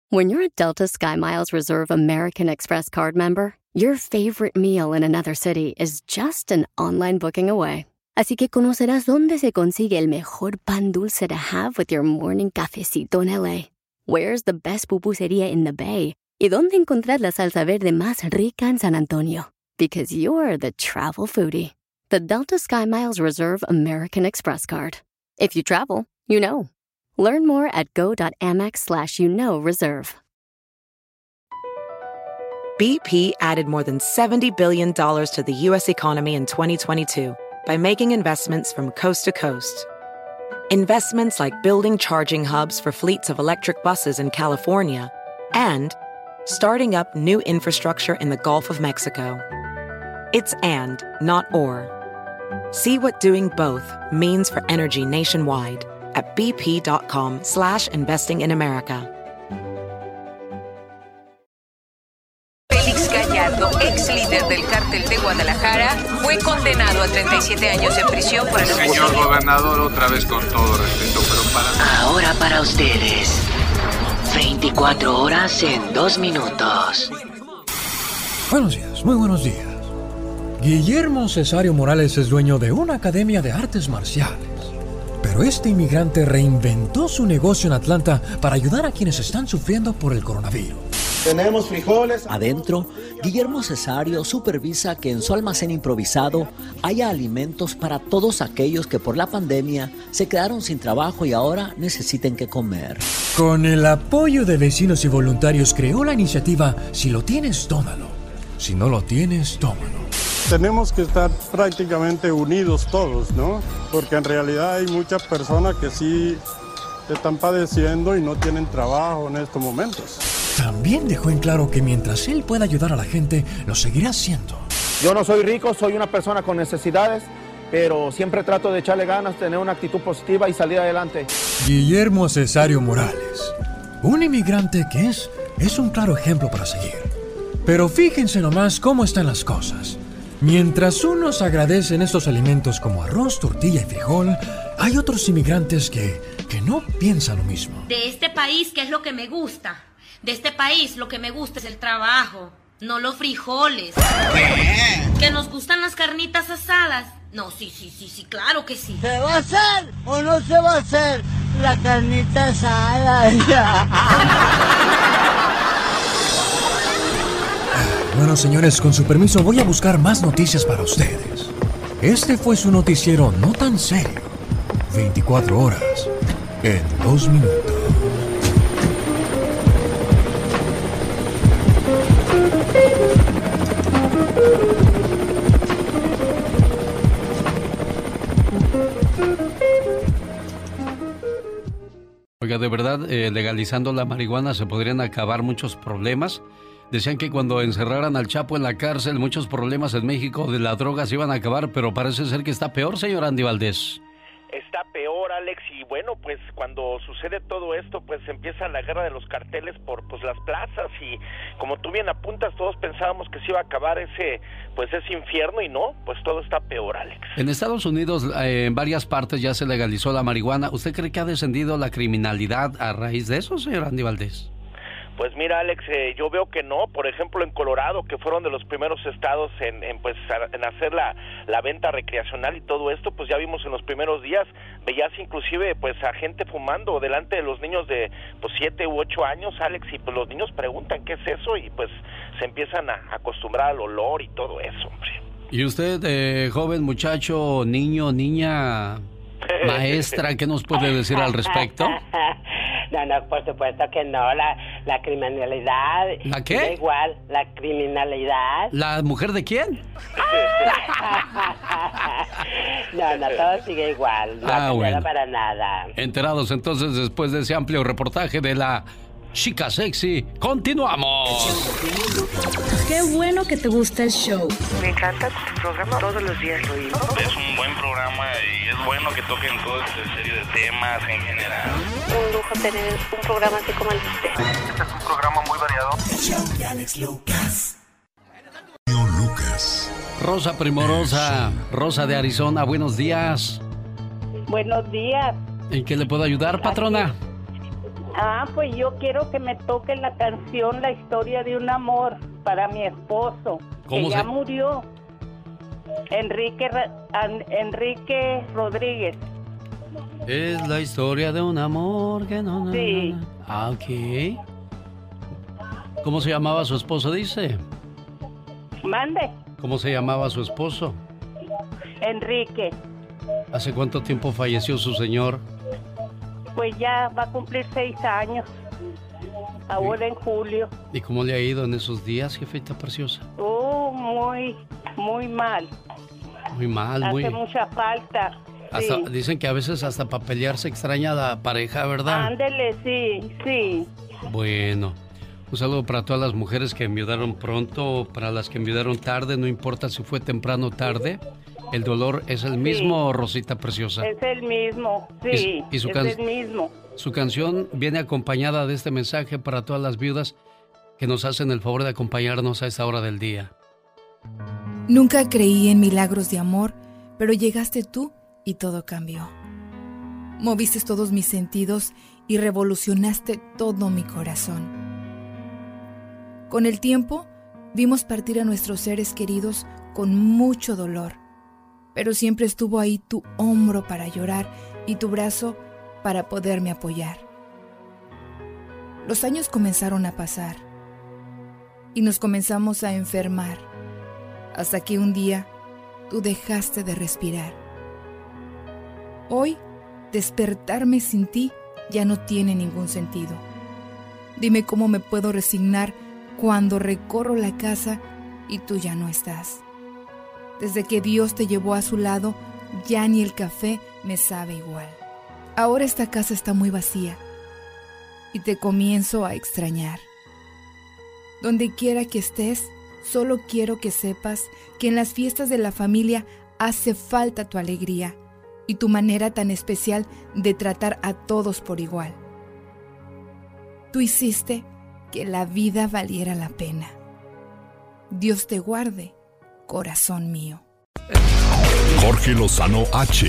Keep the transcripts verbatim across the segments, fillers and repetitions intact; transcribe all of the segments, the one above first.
When you're a Delta SkyMiles Reserve American Express card member, your favorite meal in another city is just an online booking away. Así que conocerás dónde se consigue el mejor pan dulce to have with your morning cafecito en L A. Where's the best pupusería in the Bay? Y dónde encontrar la salsa verde más rica en San Antonio. Because you're the travel foodie. The Delta SkyMiles Reserve American Express card. If you travel, you know. Learn more at go.amex slash you know reserve. B P added more than seventy billion dollars to the U S economy in twenty twenty-two by making investments from coast to coast. Investments like building charging hubs for fleets of electric buses in California and starting up new infrastructure in the Gulf of Mexico. It's and, not or. See what doing both means for energy nationwide at bp.com slash investing in America. Félix Gallardo, ex líder del cártel de Guadalajara, fue condenado a treinta y siete años de prisión por el Señor gobernador, otra vez con todo respeto, pero para... Ahora para ustedes, veinticuatro horas en dos minutos. Buenos días, muy buenos días. Guillermo Cesario Morales es dueño de una academia de artes marciales. Pero este inmigrante reinventó su negocio en Atlanta para ayudar a quienes están sufriendo por el coronavirus. Tenemos frijoles. Adentro, Guillermo Cesario supervisa que en su almacén improvisado haya alimentos para todos aquellos que por la pandemia se quedaron sin trabajo y ahora necesiten que comer. Con el apoyo de vecinos y voluntarios creó la iniciativa Si lo tienes, tómalo. Si no lo tienes, tómalo. Tenemos que estar prácticamente unidos todos, ¿no? Porque en realidad hay muchas personas que sí están padeciendo y no tienen trabajo en estos momentos. También dejó en claro que mientras él pueda ayudar a la gente, lo seguirá haciendo. Yo no soy rico, soy una persona con necesidades, pero siempre trato de echarle ganas, tener una actitud positiva y salir adelante. Guillermo Cesario Morales, un inmigrante que es, es un claro ejemplo para seguir. Pero fíjense nomás cómo están las cosas. Mientras unos agradecen estos alimentos como arroz, tortilla y frijol, hay otros inmigrantes que, que no piensan lo mismo. De este país, ¿qué es lo que me gusta? De este país lo que me gusta es el trabajo, no los frijoles. ¿Qué? ¿Que nos gustan las carnitas asadas? No, sí, sí, sí, sí, claro que sí. ¿Se va a hacer o no se va a hacer la carnita asada? Bueno, señores, con su permiso voy a buscar más noticias para ustedes. Este fue su noticiero no tan serio. veinticuatro horas en dos minutos. Oiga, de verdad, eh, legalizando la marihuana se podrían acabar muchos problemas. Decían que cuando encerraran al Chapo en la cárcel, muchos problemas en México de la droga se iban a acabar, pero parece ser que está peor, señor Andy Valdés. Está peor, Alex, y bueno, pues cuando sucede todo esto, pues empieza la guerra de los carteles por pues las plazas, y como tú bien apuntas, todos pensábamos que se iba a acabar ese pues ese infierno, y no, pues todo está peor, Alex. En Estados Unidos, eh, en varias partes ya se legalizó la marihuana. ¿Usted cree que ha descendido la criminalidad a raíz de eso, señor Andy Valdés? Pues mira, Alex, eh, yo veo que no. Por ejemplo, en Colorado, que fueron de los primeros estados en, en pues en hacer la, la venta recreacional y todo esto, pues ya vimos en los primeros días, veías inclusive pues a gente fumando delante de los niños de pues siete u ocho años, Alex, y pues los niños preguntan qué es eso y pues se empiezan a acostumbrar al olor y todo eso, hombre. ¿Y usted, eh, joven muchacho, niño, niña, maestra, qué nos puede decir al respecto? No, no, por supuesto que no, la, la criminalidad... ¿La qué? Da igual, la criminalidad... ¿La mujer de quién? No, no, todo sigue igual, no ah, bueno. para nada. Enterados entonces después de ese amplio reportaje de la chica sexy, continuamos. Qué bueno que te gusta el show. Me encanta tu programa, todos los días lo oigo. Es un buen programa y es bueno que toquen toda esta serie de temas en general. Un lujo tener un programa así como el de usted. Este es un programa muy variado. El show de Alex Lucas. Lucas. Rosa Primorosa, Rosa de Arizona, buenos días. Buenos días. ¿En qué le puedo ayudar, patrona? Ah, pues yo quiero que me toque la canción La historia de un amor para mi esposo, que ya se... murió. Enrique, Enrique Rodríguez. Es la historia de un amor que no... no sí. No, no. Ah, ok. ¿Cómo se llamaba su esposo, dice? Mande. ¿Cómo se llamaba su esposo? Enrique. ¿Hace cuánto tiempo falleció su señor? Pues ya va a cumplir seis años. Ahora en julio. ¿Y cómo le ha ido en esos días, jefita preciosa? Oh, muy, muy mal. Muy mal, Hace muy... Hace mucha falta. Hasta, sí. Dicen que a veces hasta para pelear se extraña a la pareja, ¿verdad? Ándele, sí, sí. Bueno, un saludo para todas las mujeres que enviudaron pronto, para las que enviudaron tarde, no importa si fue temprano o tarde. El dolor es el mismo, sí. Rosita preciosa. Es el mismo, sí, y, y su es can... el mismo. Su canción viene acompañada de este mensaje para todas las viudas que nos hacen el favor de acompañarnos a esta hora del día. Nunca creí en milagros de amor, pero llegaste tú y todo cambió. Moviste todos mis sentidos y revolucionaste todo mi corazón. Con el tiempo, vimos partir a nuestros seres queridos con mucho dolor, pero siempre estuvo ahí tu hombro para llorar y tu brazo para poderme apoyar. Los años comenzaron a pasar y nos comenzamos a enfermar, hasta que un día tú dejaste de respirar. Hoy, despertarme sin ti ya no tiene ningún sentido. Dime cómo me puedo resignar cuando recorro la casa y tú ya no estás. Desde que Dios te llevó a su lado, ya ni el café me sabe igual. Ahora esta casa está muy vacía y te comienzo a extrañar. Donde quiera que estés, solo quiero que sepas que en las fiestas de la familia hace falta tu alegría y tu manera tan especial de tratar a todos por igual. Tú hiciste que la vida valiera la pena. Dios te guarde, corazón mío. Jorge Lozano H.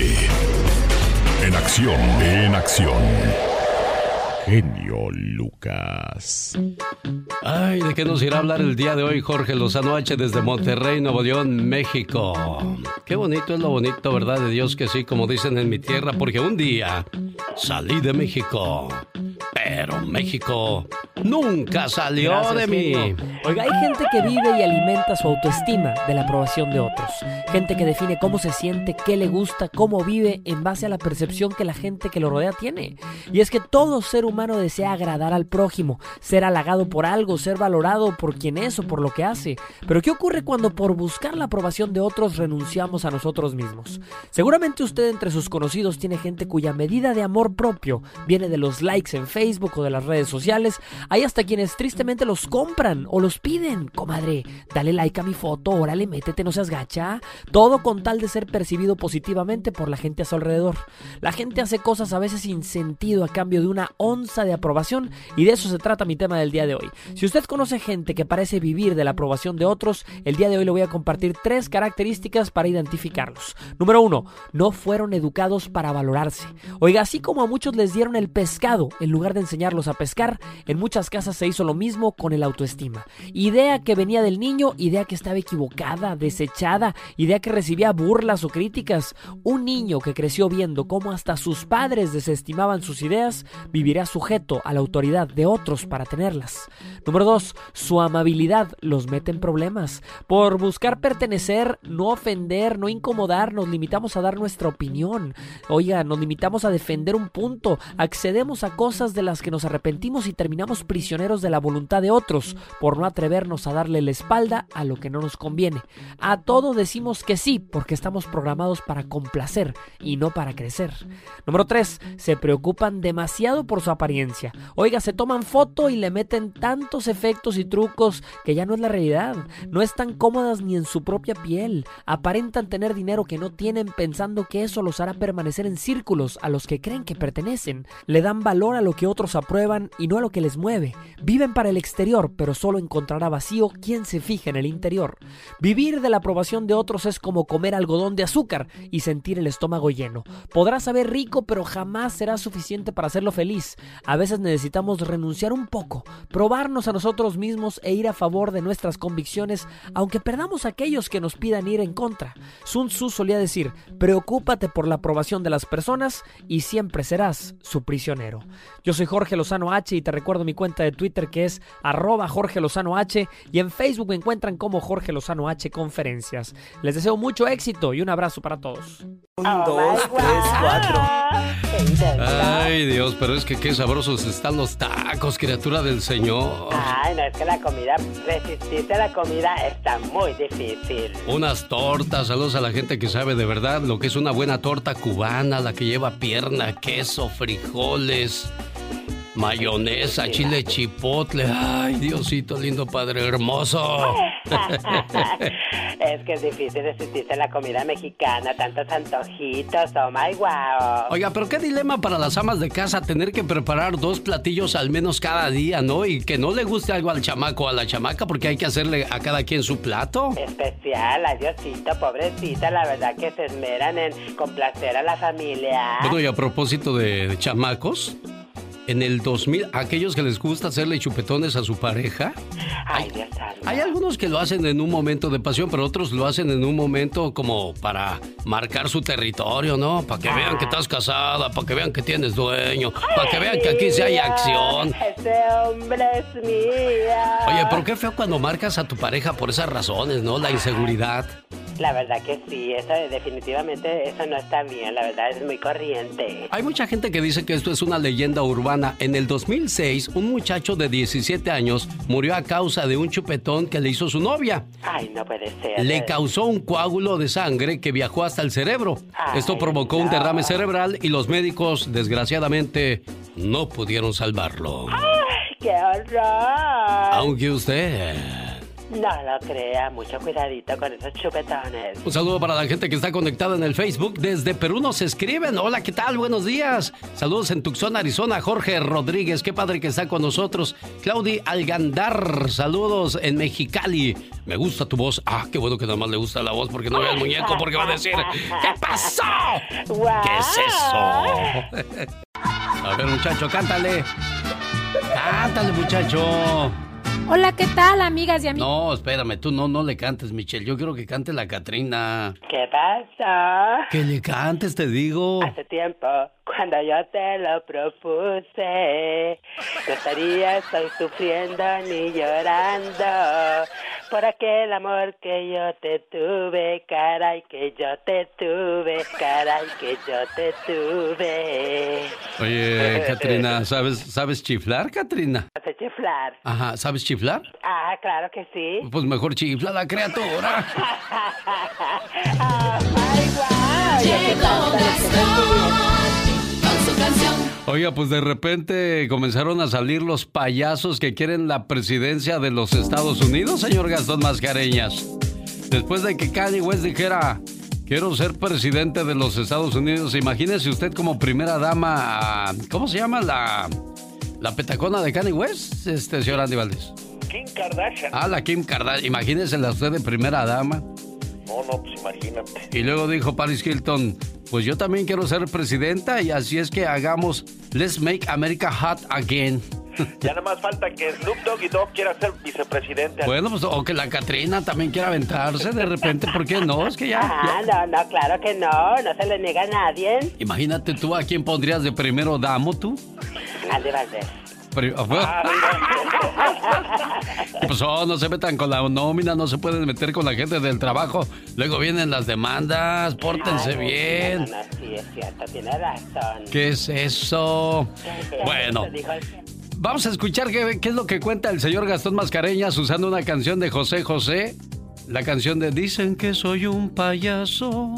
En acción, en acción. Genio Lucas. Ay, ¿de qué nos irá a hablar el día de hoy Jorge Lozano H desde Monterrey, Nuevo León, México? Qué bonito es lo bonito, ¿verdad? De Dios que sí, como dicen en mi tierra, porque un día salí de México, pero México nunca salió Gracias, de mí. No. Oiga, hay gente que vive y alimenta su autoestima de la aprobación de otros. Gente que define cómo se siente, qué le gusta, cómo vive en base a la percepción que la gente que lo rodea tiene. Y es que todo ser humano desea agradar al prójimo, ser halagado por algo, ser valorado por quien es o por lo que hace. Pero ¿qué ocurre cuando por buscar la aprobación de otros renunciamos a nosotros mismos? Seguramente usted entre sus conocidos tiene gente cuya medida de amor propio viene de los likes en Facebook o de las redes sociales. Hay hasta quienes tristemente los compran o los piden. Comadre, dale like a mi foto, órale, métete, no seas gacha. Todo con tal de ser percibido positivamente por la gente a su alrededor. La gente hace cosas a veces sin sentido a cambio de una onza de aprobación, y de eso se trata mi tema del día de hoy. Si usted conoce gente que parece vivir de la aprobación de otros, el día de hoy le voy a compartir tres características para identificarlos. Número uno, no fueron educados para valorarse. Oiga, así como a muchos les dieron el pescado en lugar de enseñarlos a pescar, en muchas casas se hizo lo mismo con el autoestima. Idea que venía del niño, idea que estaba equivocada, desechada, idea que recibía burlas o críticas. Un niño que creció viendo cómo hasta sus padres desestimaban sus ideas, vivirá sujeto a la autoridad de otros para tenerlas. Número dos, su amabilidad los mete en problemas. Por buscar pertenecer, no ofender, no incomodar, nos limitamos a dar nuestra opinión. Oiga, nos limitamos a defender un punto, accedemos a cosas de las que nos arrepentimos y terminamos prisioneros de la voluntad de otros por no atrevernos a darle la espalda a lo que no nos conviene. A todo decimos que sí porque estamos programados para complacer y no para crecer. Número tres, se preocupan demasiado por su apariencia. Oiga, se toman foto y le meten tantos efectos y trucos que ya no es la realidad. No están cómodas ni en su propia piel. Aparentan tener dinero que no tienen pensando que eso los hará permanecer en círculos a los que creen que pertenecen. Le dan valor a lo que otros aprueban y no a lo que les mueve. diecinueve. Viven para el exterior, pero solo encontrará vacío quien se fije en el interior. Vivir de la aprobación de otros es como comer algodón de azúcar y sentir el estómago lleno. Podrá saber rico, pero jamás será suficiente para hacerlo feliz. A veces necesitamos renunciar un poco, probarnos a nosotros mismos e ir a favor de nuestras convicciones, aunque perdamos a aquellos que nos pidan ir en contra. Sun Tzu solía decir: preocúpate por la aprobación de las personas y siempre serás su prisionero. Yo soy Jorge Lozano H y te recuerdo mi cuenta de Twitter, que es arroba Jorge Lozano H, y en Facebook me encuentran como Jorge Lozano H Conferencias. Les deseo mucho éxito y un abrazo para todos. Un, dos, tres, cuatro. Ay, Dios, pero es que qué sabrosos están los tacos, criatura del Señor. Ay, no, es que la comida, resistirse a la comida está muy difícil. Unas tortas, saludos a la gente que sabe de verdad lo que es una buena torta cubana, la que lleva pierna, queso, frijoles, mayonesa, sí, chile chipotle. Ay, Diosito lindo, Padre hermoso. Es que es difícil resistirse a la comida mexicana, tantos antojitos, oh my wow. Oiga, pero qué dilema para las amas de casa tener que preparar dos platillos al menos cada día, ¿no? Y que no le guste algo al chamaco o a la chamaca, porque hay que hacerle a cada quien su plato. Especial, adiosito, pobrecita, la verdad que se esmeran en complacer a la familia. Bueno, y a propósito de, de chamacos, en el dos mil, aquellos que les gusta hacerle chupetones a su pareja, Ay, hay, Dios santo. hay algunos que lo hacen en un momento de pasión, pero otros lo hacen en un momento como para marcar su territorio, ¿no? Para que ah. vean que estás casada, para que vean que tienes dueño, para que vean que aquí sí hay acción. Ese hombre es mía. Oye, pero qué feo cuando marcas a tu pareja por esas razones, ¿no? La inseguridad. La verdad que sí, eso definitivamente eso no está bien, la verdad es muy corriente. Hay mucha gente que dice que esto es una leyenda urbana. En el dos mil seis, un muchacho de diecisiete años murió a causa de un chupetón que le hizo su novia. Ay, no puede ser. Le causó un coágulo de sangre que viajó hasta el cerebro. Ay, esto provocó no. un derrame cerebral y los médicos, desgraciadamente, no pudieron salvarlo. ¡Ay, qué horror! Aunque usted... no lo crea, mucho cuidadito con esos chupetones. Un saludo para la gente que está conectada en el Facebook. Desde Perú nos escriben. Hola, ¿qué tal? Buenos días. Saludos en Tucson, Arizona. Jorge Rodríguez, qué padre que está con nosotros. Claudi Algandar, saludos en Mexicali. Me gusta tu voz. Ah, qué bueno que nada más le gusta la voz, porque no ve al muñeco, porque va a decir: ¿qué pasó? ¿Qué es eso? A ver, muchacho, cántale. Cántale, muchacho. Hola, ¿qué tal, amigas y amigos? No, espérame, tú no, no le cantes, Michelle. Yo quiero que cante la Catrina. ¿Qué pasa? Que le cantes, te digo. Hace tiempo, cuando yo te lo propuse, no estarías hoy sufriendo ni llorando por aquel amor que yo te tuve, caray, que yo te tuve, caray, que yo te tuve. Oye, Catrina, ¿sabes, ¿sabes chiflar, Catrina? No sé chiflar. Ajá, ¿sabes chiflar? Ah, claro que sí. Pues mejor chifla la criatura. Oh, my God. Llegó Gastón con su canción. Oiga, pues de repente comenzaron a salir los payasos que quieren la presidencia de los Estados Unidos, señor Gastón Mascareñas. Después de que Kanye West dijera: quiero ser presidente de los Estados Unidos, imagínese usted como primera dama, ¿cómo se llama la, la petacona de Kanye West, este señor Andy Valdés? Kim Kardashian. Ah, la Kim Kardashian, imagínese la usted de primera dama. No, no, pues imagínate. Y luego dijo Paris Hilton: pues yo también quiero ser presidenta, y así es que hagamos Let's Make America Hot Again. Ya nada más falta que Snoop Dogg y Dogg quiera ser vicepresidente. Bueno, pues o que la Catrina también quiera aventarse de repente, ¿por qué no? Es que ya, Ah, ya... no, no, claro que no, no se le niega a nadie. Imagínate tú, ¿a quién pondrías de primero damo tú? Andy Valdés. Pri- Pues oh, no se metan con la nómina, no se pueden meter con la gente del trabajo. Luego vienen las demandas, pórtense Ay, bien. No, no, sí, es cierto, tiene razón. ¿Qué es eso? Bueno, vamos a escuchar qué, qué es lo que cuenta el señor Gastón Mascareñas usando una canción de José José. La canción de Dicen que soy un payaso.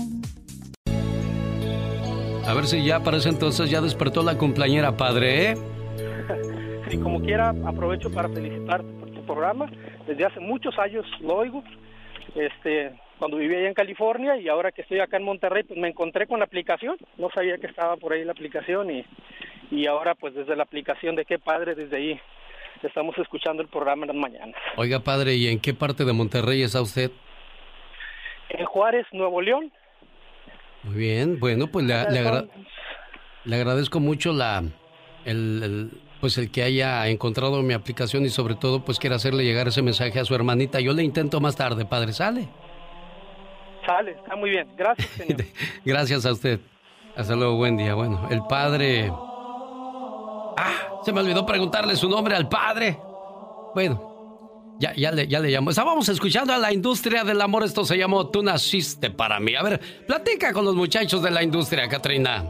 A ver si ya para ese entonces ya despertó la cumpleañera, padre, ¿eh? Y como quiera, aprovecho para felicitarte por tu programa. Desde hace muchos años lo oigo. Este, cuando vivía allá en California, y ahora que estoy acá en Monterrey, pues me encontré con la aplicación. No sabía que estaba por ahí la aplicación, y, y ahora pues desde la aplicación, de qué padre, desde ahí estamos escuchando el programa en las mañanas. Oiga, padre, ¿y en qué parte de Monterrey está usted? En Juárez, Nuevo León. Muy bien, bueno, pues le, le, agra le agradezco mucho la el, el, pues el que haya encontrado mi aplicación y sobre todo pues quiera hacerle llegar ese mensaje a su hermanita. Yo le intento más tarde, padre, ¿sale? Sale, está muy bien. Gracias, señor. Gracias a usted. Hasta luego, buen día. Bueno, el padre... Ah, se me olvidó preguntarle su nombre al padre. Bueno, ya, ya, le, ya le llamo. Estábamos escuchando a la industria del amor. Esto se llamó Tú naciste para mí. A ver, platica con los muchachos de la industria, Catrina.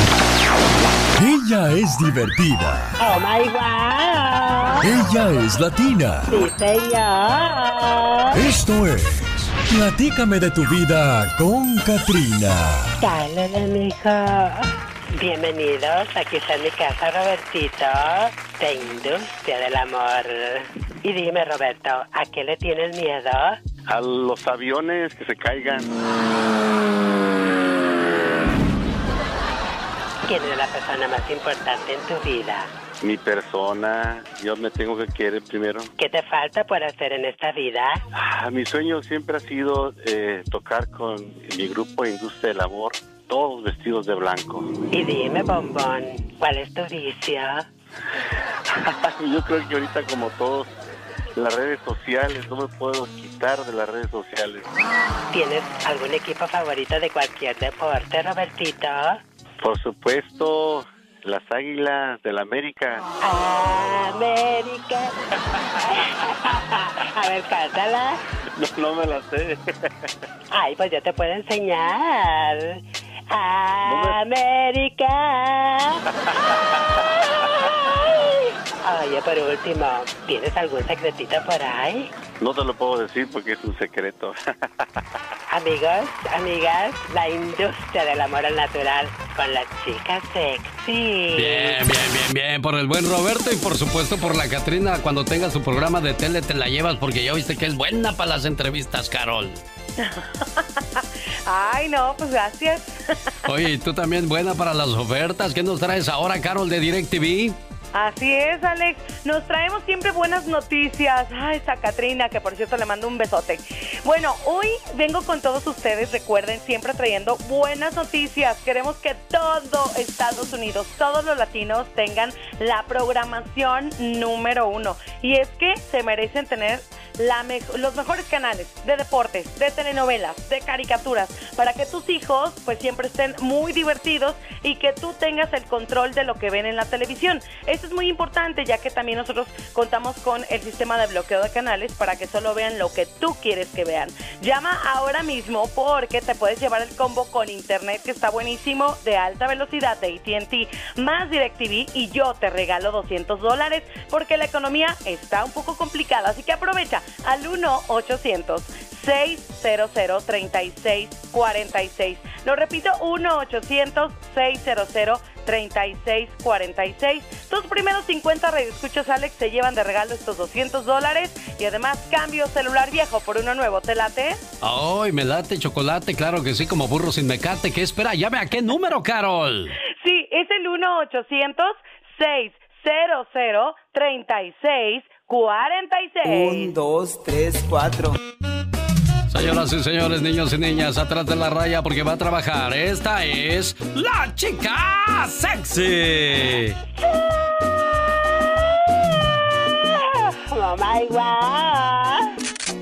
Ella es divertida. Oh my God. Ella es latina. Sí, señor. Esto es Platícame de tu vida con Catrina. Dale, mijo. Bienvenidos, aquí está en mi casa, Robertito, de Industria del Amor. Y dime, Roberto, ¿a qué le tienes miedo? A los aviones que se caigan. ¿Quién es la persona más importante en tu vida? Mi persona, yo me tengo que querer primero. ¿Qué te falta por hacer en esta vida? Ah, mi sueño siempre ha sido eh, tocar con mi grupo Industria del Amor, todos vestidos de blanco. Y dime, bombón, ¿cuál es tu vicio? Yo creo que ahorita, como todos, las redes sociales, no me puedo quitar de las redes sociales. ¿Tienes algún equipo favorito de cualquier deporte, Robertito? Por supuesto, las Águilas del América. América. A ver, cántala. No, no me la sé. Ay, pues yo te puedo enseñar. América. Oye, por último, ¿tienes algún secretito por ahí? No te lo puedo decir porque es un secreto. Amigos, amigas, la industria del amor al natural con la chica sexy. Bien, bien, bien, bien. Por el buen Roberto y por supuesto por la Catrina. Cuando tengas tu programa de tele te la llevas porque ya viste que es buena para las entrevistas, Carol. Ay, no, pues gracias. Oye, ¿y tú también buena para las ofertas? ¿Qué nos traes ahora, Carol, de DirecTV? Así es, Alex. Nos traemos siempre buenas noticias. Ay, esa Catrina, que por cierto le mando un besote. Bueno, hoy vengo con todos ustedes, recuerden, siempre trayendo buenas noticias. Queremos que todo Estados Unidos, todos los latinos tengan la programación número uno. Y es que se merecen tener la me- los mejores canales de deportes, de telenovelas, de caricaturas, para que tus hijos pues siempre estén muy divertidos y que tú tengas el control de lo que ven en la televisión. Esto es muy importante, ya que también nosotros contamos con el sistema de bloqueo de canales para que solo vean lo que tú quieres que vean. Llama ahora mismo porque te puedes llevar el combo con internet que está buenísimo, de alta velocidad de A T and T más DirecTV, y yo te regalo doscientos dólares porque la economía está un poco complicada, así que aprovecha al uno ochocientos, seiscientos, treinta y seis cuarenta y seis. Lo repito, uno ochocientos, seiscientos, treinta y seis cuarenta y seis. Tus primeros cincuenta radioescuchas, Alex, se llevan de regalo estos doscientos dólares y además cambio celular viejo por uno nuevo. ¿Te late? ¡Ay, me late chocolate! Claro que sí, como burro sin mecate. ¿Qué espera? Llame a qué número, Carol. Sí, es el uno ochocientos, seiscientos, treinta y seis cuarenta y seis. Un, dos, tres, cuatro. Señoras y señores, niños y niñas, atrás de la raya porque va a trabajar. Esta es la chica sexy. Oh my God.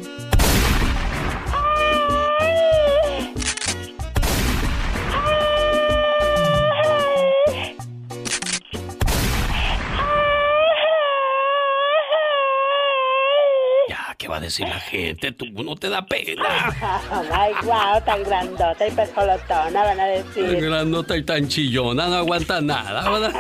¿Qué va a decir la gente? Tú no te da pena. Ay, guau, tan grandota y pesolotona, van a decir. Tan grandota y tan chillona, no aguanta nada, ¿verdad?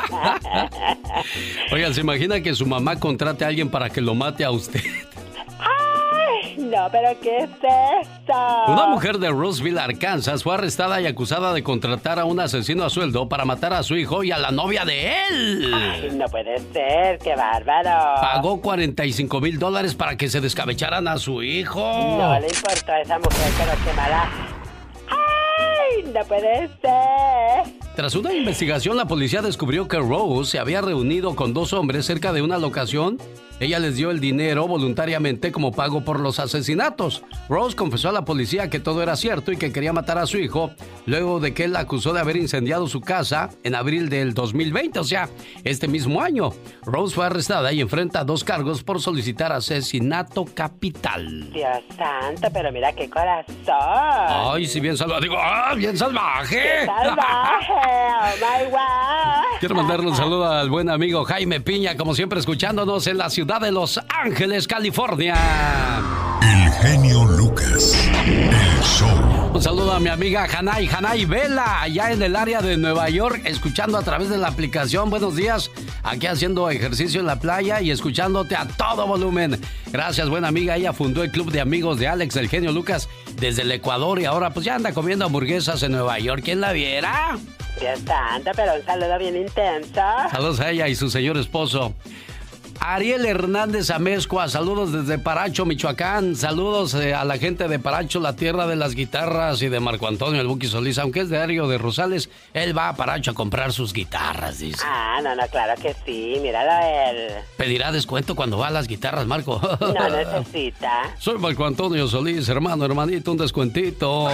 Oigan, ¿se imagina que su mamá contrate a alguien para que lo mate a usted? Ay, no, pero ¿qué es esto? Una mujer de Roseville, Arkansas, fue arrestada y acusada de contratar a un asesino a sueldo para matar a su hijo y a la novia de él. Ay, no puede ser, qué bárbaro. Pagó cuarenta y cinco mil dólares para que se descabecharan a su hijo. No le importó a esa mujer, pero qué mala. Ay, no puede ser. Tras una investigación, la policía descubrió que Rose se había reunido con dos hombres cerca de una locación. Ella les dio el dinero voluntariamente como pago por los asesinatos. Rose confesó a la policía que todo era cierto y que quería matar a su hijo luego de que él la acusó de haber incendiado su casa en abril del dos mil veinte, o sea, este mismo año. Rose fue arrestada y enfrenta dos cargos por solicitar asesinato capital. Dios santo, pero mira qué corazón. Ay, sí, bien salvaje. Digo, ¡ah, bien salvaje! ¡Qué salvaje! ¡Oh, my God! Quiero mandarle un saludo al buen amigo Jaime Piña, como siempre escuchándonos en la ciudad de Los Ángeles, California. El genio Lucas, el show. Un saludo a mi amiga Hanay, Hanay Vela, allá en el área de Nueva York, escuchando a través de la aplicación. Buenos días, aquí haciendo ejercicio en la playa y escuchándote a todo volumen. Gracias, buena amiga. Ella fundó el club de amigos de Alex, el genio Lucas, desde el Ecuador y ahora pues ya anda comiendo hamburguesas en Nueva York. ¿Quién la viera? Dios santo, pero un saludo bien intenso. Saludos a ella y su señor esposo. Ariel Hernández Amezcua, saludos desde Paracho, Michoacán. Saludos eh, a la gente de Paracho, la tierra de las guitarras, y de Marco Antonio, el Buki Solís. Aunque es de Ario de Rosales, él va a Paracho a comprar sus guitarras, dice. Ah, no, no, claro que sí, míralo a él. ¿Pedirá descuento cuando va a las guitarras, Marco? No necesita. Soy Marco Antonio Solís, hermano, hermanito, un descuentito.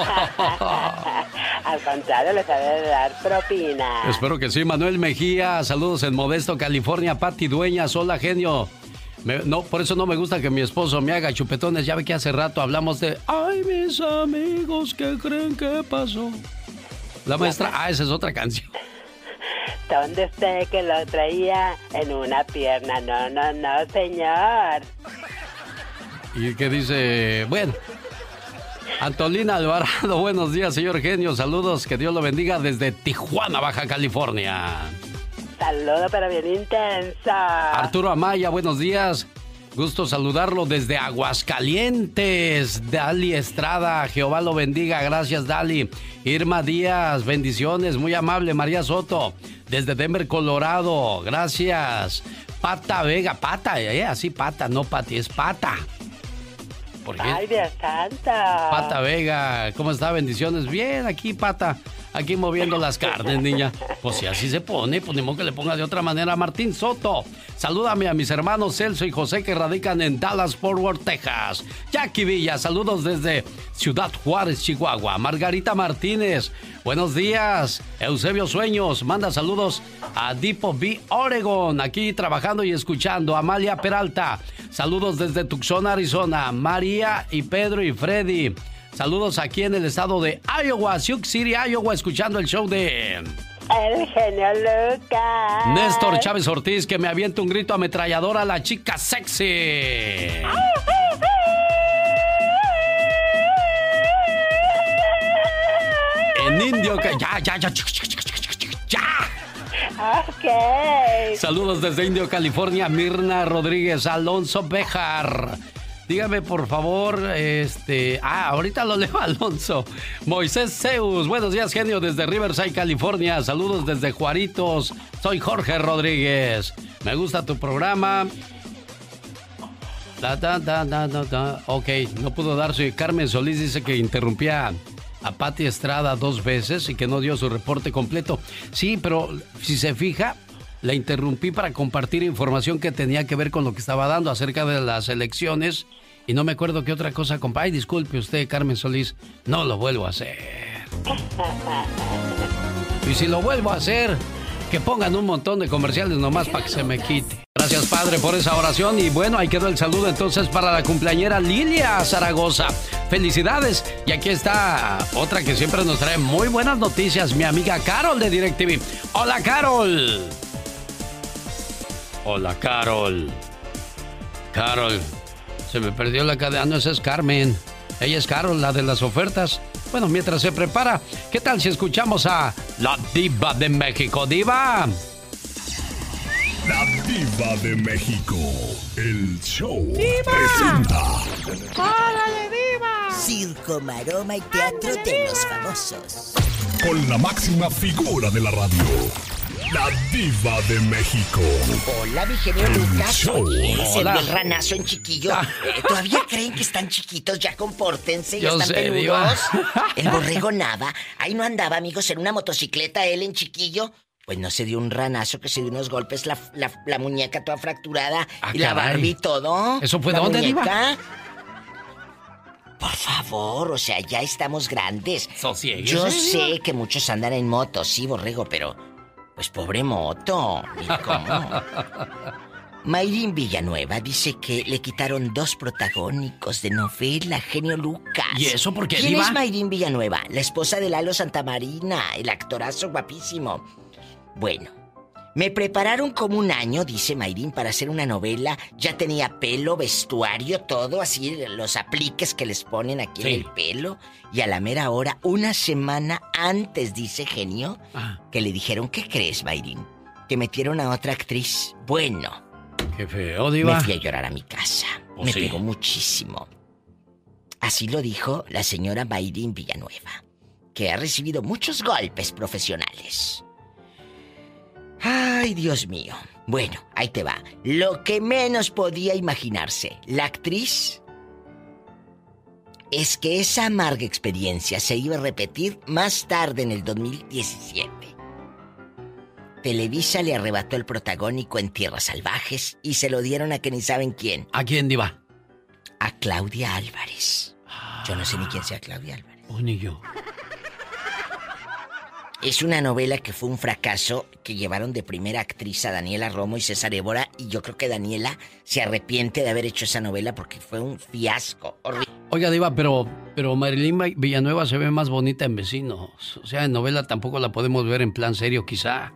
Al contrario, les ha de dar propina. Espero que sí. Manuel Mejía, saludos en Modesto, California. Pati Dueñas, hola, genio. Me, no, por eso no me gusta que mi esposo me haga chupetones. Ya ve que hace rato hablamos de ay, mis amigos, ¿qué creen que pasó? La maestra, ah, esa es otra canción. ¿Dónde usted que lo traía? En una pierna. No, no, no, señor. Y que dice, bueno, Antolina Alvarado, buenos días, señor genio. Saludos, que Dios lo bendiga desde Tijuana, Baja California. Saludo, pero bien intensa. Arturo Amaya, buenos días. Gusto saludarlo desde Aguascalientes. Dali Estrada, Jehová lo bendiga. Gracias, Dali. Irma Díaz, bendiciones. Muy amable. María Soto, desde Denver, Colorado. Gracias. Pata Vega, Pata, eh, así Pata, no Pati, es Pata. ¿Por qué? Ay, Dios santa. Pata Vega, ¿cómo está? Bendiciones. Bien, aquí, Pata. Aquí moviendo las carnes, niña. Pues si así se pone, pues ni modo que le ponga de otra manera. Martín Soto, salúdame a mis hermanos Celso y José que radican en Dallas, Fort Worth, Texas. Jackie Villa, saludos desde Ciudad Juárez, Chihuahua. Margarita Martínez, buenos días. Eusebio Sueños, manda saludos a Depot B, Oregon, aquí trabajando y escuchando. Amalia Peralta, saludos desde Tucson, Arizona. María y Pedro y Freddy, saludos aquí en el estado de Iowa, Sioux City, Iowa, escuchando el show de El genio Lucas. Néstor Chávez Ortiz, que me avienta un grito ametralladora a la chica sexy. En indio, que ya, ya, ya, ya. Ok. Saludos desde Indio, California, Mirna Rodríguez, Alonso Bejar. Dígame, por favor, este... Ah, ahorita lo leo, Alonso. Moisés Zeus, buenos días, genio, desde Riverside, California. Saludos desde Juaritos. Soy Jorge Rodríguez. Me gusta tu programa. Da, da, da, da, da, da. Ok, no pudo darse. Carmen Solís dice que interrumpía a Pati Estrada dos veces y que no dio su reporte completo. Sí, pero si se fija, la interrumpí para compartir información que tenía que ver con lo que estaba dando acerca de las elecciones y no me acuerdo qué otra cosa. Ay, disculpe usted, Carmen Solís, no lo vuelvo a hacer. Y si lo vuelvo a hacer, que pongan un montón de comerciales nomás para que se me quite. Gracias, padre, por esa oración. Y bueno, ahí quedó el saludo entonces para la cumpleañera Lilia Zaragoza. Felicidades. Y aquí está otra que siempre nos trae muy buenas noticias, mi amiga Carol de DirecTV. Hola, Carol. Hola, Carol. Carol, se me perdió la cadena. No, esa es Carmen. Ella es Carol, la de las ofertas. Bueno, mientras se prepara, ¿qué tal si escuchamos a la Diva de México? ¡Diva! La Diva de México. El show ¡Diva! presenta. ¡Órale, Diva! Circo, maroma y teatro ¡Ándale, de Diva! los famosos. Con la máxima figura de la radio. La Diva de México. Hola, mi genio Lucas. Show. Oye, se Hola. vio el ranazo en chiquillo. Eh, ¿Todavía creen que están chiquitos? Ya compórtense, ya Yo están sé, peludos. Diva. El borrego Nava. Ahí no andaba, amigos, en una motocicleta, él en chiquillo. Pues no se dio un ranazo, que se dio unos golpes, la, la, la muñeca toda fracturada Ah, y la caray. Barbie y todo. ¿Eso fue la dónde, muñeca. Diva? Por favor, o sea, ya estamos grandes. Sosiéguese, Yo Diva. sé que muchos andan en moto, sí, borrego, pero... Pues pobre moto. Mira cómo. Mayrín Villanueva dice que le quitaron dos protagónicos de novela, genio Lucas. ¿Y eso por qué, ¿Quién Diva? es Mayrín Villanueva? La esposa de Lalo Santamarina, el actorazo guapísimo. Bueno, me prepararon como un año, dice Mayrín, para hacer una novela. Ya tenía pelo, vestuario, todo, así, los apliques que les ponen aquí Sí. en el pelo. Y a la mera hora, una semana antes, dice genio, Ah. que le dijeron, ¿qué crees, Mayrín? Que metieron a otra actriz. Bueno, Qué feo, Diva. me fui a llorar a mi casa. Oh, me sí. pegó muchísimo. Así lo dijo la señora Mayrín Villanueva, que ha recibido muchos golpes profesionales. Ay, Dios mío. Bueno, ahí te va. Lo que menos podía imaginarse la actriz es que esa amarga experiencia se iba a repetir más tarde en el dos mil diecisiete. Televisa le arrebató el protagónico en Tierras Salvajes y se lo dieron a que ni saben quién. ¿A quién, Diva? A Claudia Álvarez. Yo no sé ni quién sea Claudia Álvarez. Oh, ni yo. Es una novela que fue un fracaso, que llevaron de primera actriz a Daniela Romo y César Évora, y yo creo que Daniela se arrepiente de haber hecho esa novela porque fue un fiasco horrible. Oiga, Diva, pero, pero Marilyn Villanueva se ve más bonita en Vecinos. O sea, en novela tampoco la podemos ver en plan serio, quizá.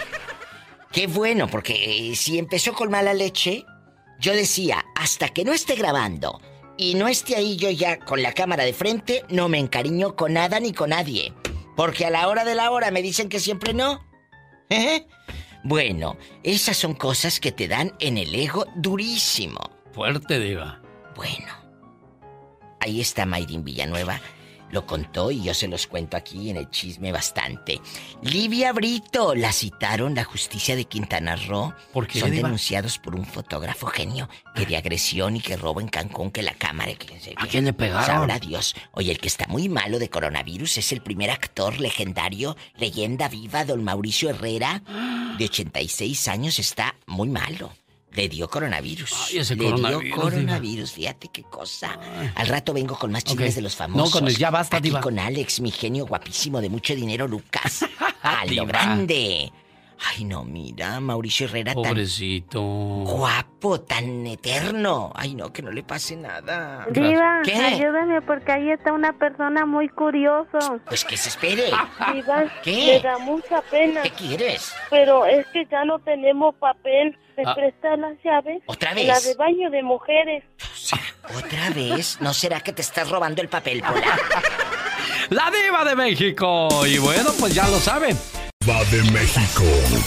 Qué bueno, porque eh, si empezó con mala leche, yo decía, hasta que no esté grabando y no esté ahí yo ya con la cámara de frente, no me encariño con nada ni con nadie. Porque a la hora de la hora me dicen que siempre no. ¿Eh? Bueno, esas son cosas que te dan en el ego durísimo. Fuerte, Diva. Bueno, ahí está Mayrín Villanueva. Lo contó y yo se los cuento aquí en el chisme bastante. Livia Brito, la citaron la justicia de Quintana Roo. ¿Por qué, Son Diva? denunciados por un fotógrafo genio que de agresión y que robo en Cancún, que la cámara... Que, ¿A quién le pegaron? Sabrá Dios. Oye, el que está muy malo de coronavirus es el primer actor legendario, leyenda viva, don Mauricio Herrera, de ochenta y seis años, está muy malo. Le dio coronavirus. Ay, ese Le coronavirus, dio coronavirus, fíjate qué cosa. Al rato vengo con más chismes Ok. de los famosos. No, con el ya basta, Aquí Diva. con Alex, mi genio guapísimo de mucho dinero, Lucas. A lo Diva. grande. Ay, no, mira, Mauricio Herrera Pobrecito. tan guapo, tan eterno. Ay, no, que no le pase nada. Diva, ¿Qué? ayúdame porque ahí está una persona muy curioso. Pues que se espere. Diva, ¿Qué? me da mucha pena. ¿Qué quieres? Pero es que ya no tenemos papel. ¿Me Ah. prestas las llaves? ¿Otra La vez? de baño de mujeres. ¿Otra vez? ¿No será que te estás robando el papel, Pola? La Diva de México. Y bueno, pues ya lo saben. Diva de México.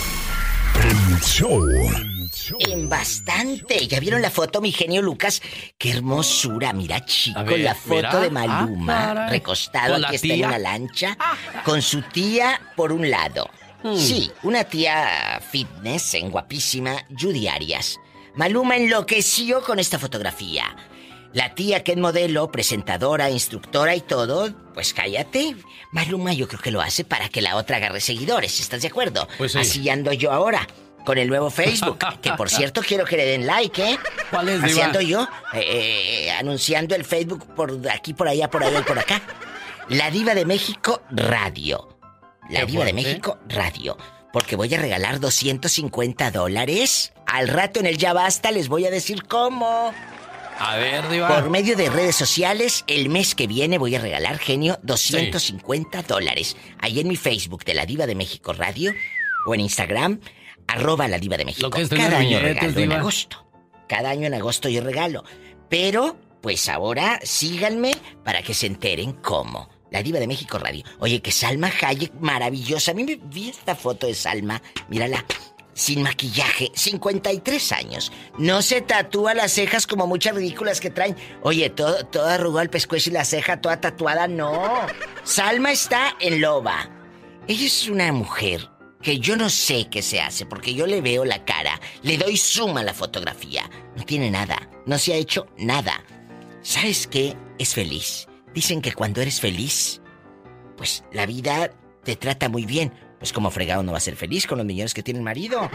El show. En bastante. ¿Ya vieron la foto, mi genio Lucas? Qué hermosura. Mira, chico, A ver, la foto mira. de Maluma. Ah, caray. recostado, ¿Con la aquí está en tía? una lancha. Con su tía por un lado. Hmm. Sí, una tía fitness, en guapísima, Judy Arias. Maluma enloqueció con esta fotografía. La tía que es modelo, presentadora, instructora y todo, pues cállate. Maluma yo creo que lo hace para que la otra agarre seguidores, ¿estás de acuerdo? Pues sí. Así ando yo ahora, con el nuevo Facebook, que por cierto quiero que le den like, ¿eh? ¿Cuál es, Así Diva? ando yo, eh, eh, anunciando el Facebook por aquí, por allá, por allá y por acá. La Diva de México Radio. La Qué Diva de fuerte. México Radio. Porque voy a regalar doscientos cincuenta dólares. Al rato en el Ya Basta les voy a decir cómo. A ver, Diva. Por medio de redes sociales, el mes que viene voy a regalar, genio, doscientos cincuenta dólares. Ahí en mi Facebook de La Diva de México Radio o en Instagram, arroba La Diva de México. Lo que es tener Cada año billetes, regalo en Diva. agosto. Cada año en agosto yo regalo. Pero, pues ahora síganme para que se enteren cómo. La Diva de México Radio. Oye, que Salma Hayek, maravillosa. A mí me vi esta foto de Salma. Mírala. Sin maquillaje, cincuenta y tres años. No se tatúa las cejas como muchas ridículas que traen. Oye, todo, todo arrugado el pescuezo y la ceja toda tatuada, no. Salma está en loba. Ella es una mujer que yo no sé qué se hace, porque yo le veo la cara, le doy zoom a la fotografía. No tiene nada, no se ha hecho nada. ¿Sabes qué? Es feliz. Dicen que cuando eres feliz, pues la vida te trata muy bien. Pues como fregado no va a ser feliz con los millones que tiene el marido.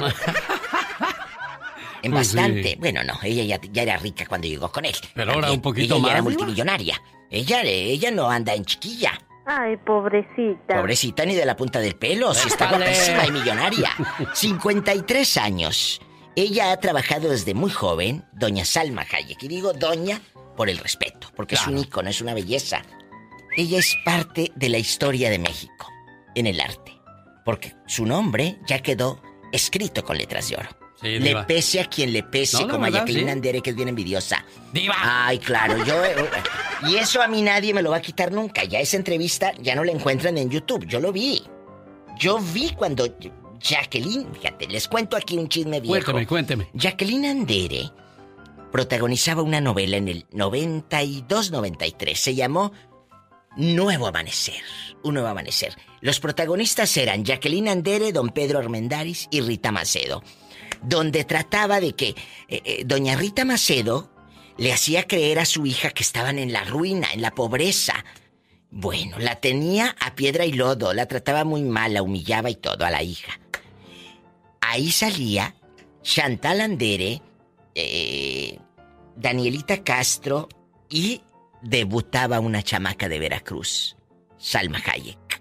En Pues bastante. sí. Bueno, no, ella ya, ya era rica cuando llegó con él. Pero ahora También, un poquito ella más. ya era ¿Diva? multimillonaria. Ella, ella no anda en chiquilla. Ay, pobrecita. Pobrecita ni de la punta del pelo, si está Vale. guapísima y millonaria. cincuenta y tres años. Ella ha trabajado desde muy joven, doña Salma Hayek. Y digo doña por el respeto, porque es un ícono, es una belleza. Ella es parte de la historia de México, en el arte. Porque su nombre ya quedó escrito con letras de oro. Sí, le diva. pese a quien le pese, No, la como a verdad, Jacqueline sí. Andere, que es bien envidiosa. ¡Diva! Ay, claro, yo... eh, y eso a mí nadie me lo va a quitar nunca. Ya esa entrevista ya no la encuentran en YouTube. Yo lo vi. Yo vi cuando Jacqueline... Fíjate, les cuento aquí un chisme viejo. Cuénteme, cuénteme. Jacqueline Andere protagonizaba una novela en el noventa y dos noventa y tres. Se llamó Nuevo Amanecer. Un Nuevo Amanecer. Los protagonistas eran Jacqueline Andere, don Pedro Armendáriz y Rita Macedo. Donde trataba de que eh, eh, doña Rita Macedo le hacía creer a su hija que estaban en la ruina, en la pobreza. Bueno, la tenía a piedra y lodo, la trataba muy mal, la humillaba y todo a la hija. Ahí salía Chantal Andere, eh, Danielita Castro y debutaba una chamaca de Veracruz, Salma Hayek.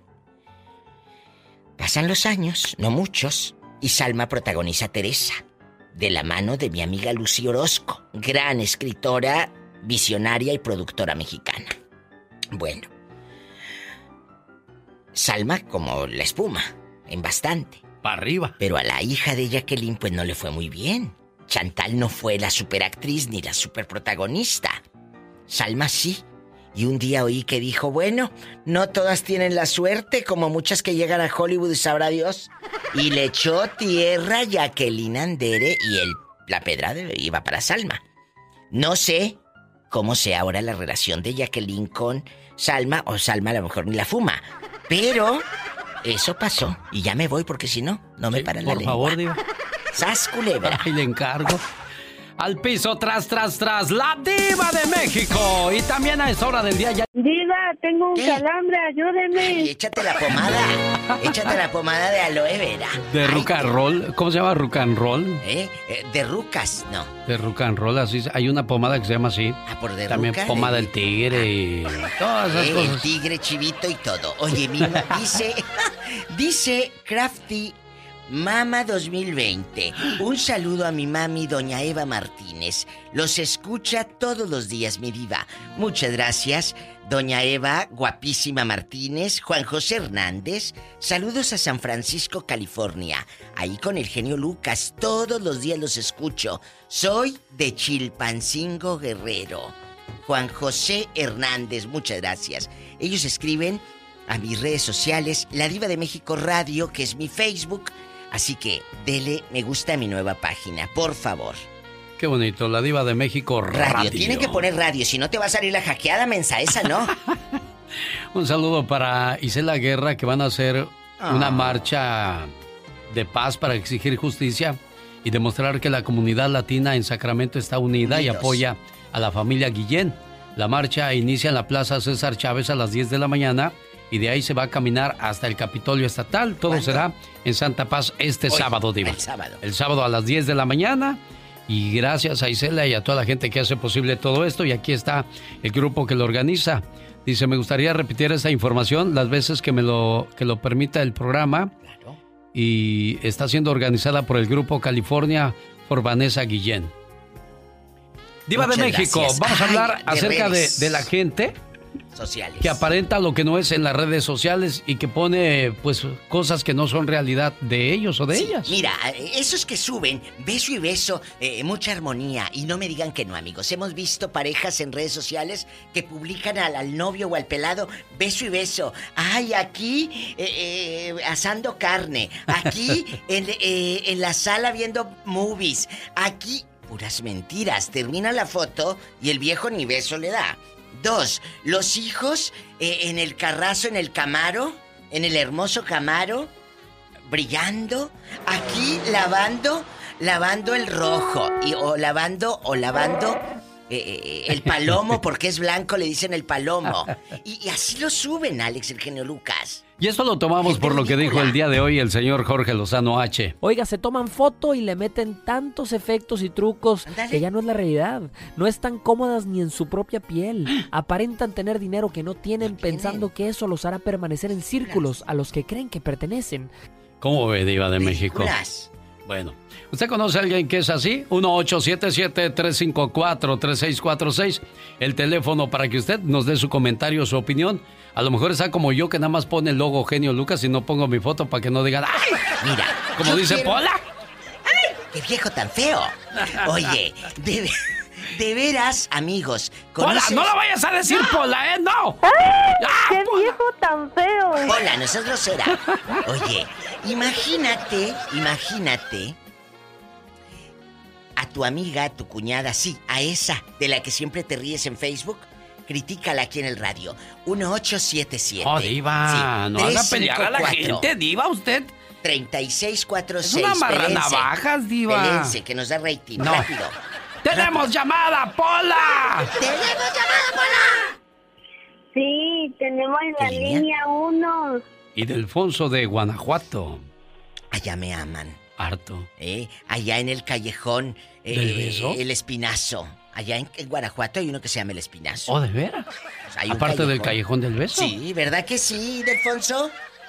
Pasan los años, no muchos, y Salma protagoniza Teresa, de la mano de mi amiga Lucy Orozco, gran escritora, visionaria y productora mexicana. Bueno, Salma como la espuma, en bastante. Para arriba. Pero a la hija de Jacqueline pues no le fue muy bien. Chantal no fue la superactriz ni la superprotagonista. Salma sí. Y un día oí que dijo, bueno, no todas tienen la suerte, como muchas que llegan a Hollywood y sabrá Dios. Y le echó tierra a Jacqueline Andere y el, la pedrada iba para Salma. No sé cómo sea ahora la relación de Jacqueline con Salma, o Salma a lo mejor ni la fuma. Pero eso pasó. Y ya me voy porque si no, no me Sí, paran la por lengua. favor, diva. ¡Sas, culebra! Ahí le encargo. Al piso, tras, tras, tras, la diva de México. Y también a esa hora del día ya... Diva, tengo un ¿Qué? calambre, ayúdeme. Ay, échate la pomada. Échate la pomada de aloe vera. De Ay, rock and roll. ¿Cómo se llama rock and roll? ¿Eh? Eh, De rucas, no. De rock and roll, así. se- Hay una pomada que se llama así. Ah, por de También ruca, pomada de- del tigre y todas esas Eh, el cosas. tigre, chivito y todo. Oye, mira, dice, dice Crafty Mama dos mil veinte. Un saludo a mi mami, doña Eva Martínez. Los escucha todos los días, mi diva. Muchas gracias, doña Eva, guapísima Martínez. Juan José Hernández. Saludos a San Francisco, California. Ahí con el genio Lucas. Todos los días los escucho. Soy de Chilpancingo, Guerrero. Juan José Hernández, muchas gracias. Ellos escriben a mis redes sociales, La Diva de México Radio, que es mi Facebook. Así que dele me gusta a mi nueva página, por favor. Qué bonito, la diva de México Radio. Radio. Tienen que poner radio, si no te va a salir la hackeada, mensa, esa no. Un saludo para Isela Guerra, que van a hacer una Ah. marcha de paz para exigir justicia y demostrar que la comunidad latina en Sacramento está unida y Unidos. apoya a la familia Guillén. La marcha inicia en la Plaza César Chávez a las diez de la mañana y de ahí se va a caminar hasta el Capitolio Estatal. Todo ¿Cuándo? será en Santa Paz este Hoy, sábado, diva. el sábado. El sábado a las diez de la mañana. Y gracias a Isela y a toda la gente que hace posible todo esto. Y aquí está el grupo que lo organiza. Dice, me gustaría repetir esta información las veces que me lo, que lo permita el programa. Claro. Y está siendo organizada por el grupo California por Vanessa Guillén. Diva Muchas de México, gracias. vamos a Ay, hablar de acerca de, redes de la gente Sociales. que aparenta lo que no es en las redes sociales y que pone pues cosas que no son realidad de ellos o de Sí, ellas. Mira, esos que suben beso y beso, eh, mucha armonía, y no me digan que no, amigos. Hemos visto parejas en redes sociales que publican al, al novio o al pelado beso y beso. Ay, aquí eh, eh, asando carne, aquí en, eh, en la sala viendo movies, aquí puras mentiras. Termina la foto y el viejo ni beso le da. Dos, los hijos eh, en el carrazo, en el Camaro, en el hermoso Camaro. brillando, aquí lavando, lavando el rojo, y, o lavando, o lavando eh, eh, el palomo, porque es blanco, le dicen el palomo. Y, y así lo suben, Alex, el genio Lucas. Y esto lo tomamos por lo que dijo el día de hoy el señor Jorge Lozano H. Oiga, se toman foto y le meten tantos efectos y trucos Andale. que ya no es la realidad. No están cómodas ni en su propia piel. Aparentan tener dinero que no tienen, no pensando tienen. que eso los hará permanecer en círculos a los que creen que pertenecen. ¿Cómo ve, Diva de México? Bueno, ¿usted conoce a alguien que es así? uno ocho siete siete, tres cinco cuatro, tres seis cuatro seis. El teléfono para que usted nos dé su comentario, su opinión. A lo mejor está como yo, que nada más pone el logo Genio Lucas y no pongo mi foto para que no digan ¡ay! Mira, como dice quiero... Pola. ¡Ay! ¡Qué viejo tan feo! Oye, de, de veras, amigos. ¿conoces... Pola, no lo vayas a decir, Pola, ¿eh? ¡No! ¡Ay! ¡Ah, ¡Qué Pola! viejo tan feo! Pola, no seas grosera. Oye, imagínate, imagínate a tu amiga, a tu cuñada, sí, a esa de la que siempre te ríes en Facebook. Critícala aquí en el radio. uno ocho siete siete. Oh, Diva, sí, no haga pelear a la gente, Diva, usted. treinta y seis cuarenta y seis. Es una marranavajas, Diva. Pelense, que nos da rating. No. Rápido. ¡Tenemos rápido. llamada, Pola! ¡Tenemos llamada, Pola! Sí, tenemos la línea uno. Y Delfonso de Guanajuato. Allá me aman. Harto. Eh, allá en el callejón. Eh, ¿Del Beso? El Espinazo. Allá en, en Guanajuato hay uno que se llama El Espinazo. ¿Oh, de veras? O sea, Aparte callejón. del Callejón del Beso. Sí, ¿verdad que sí, Delfonso?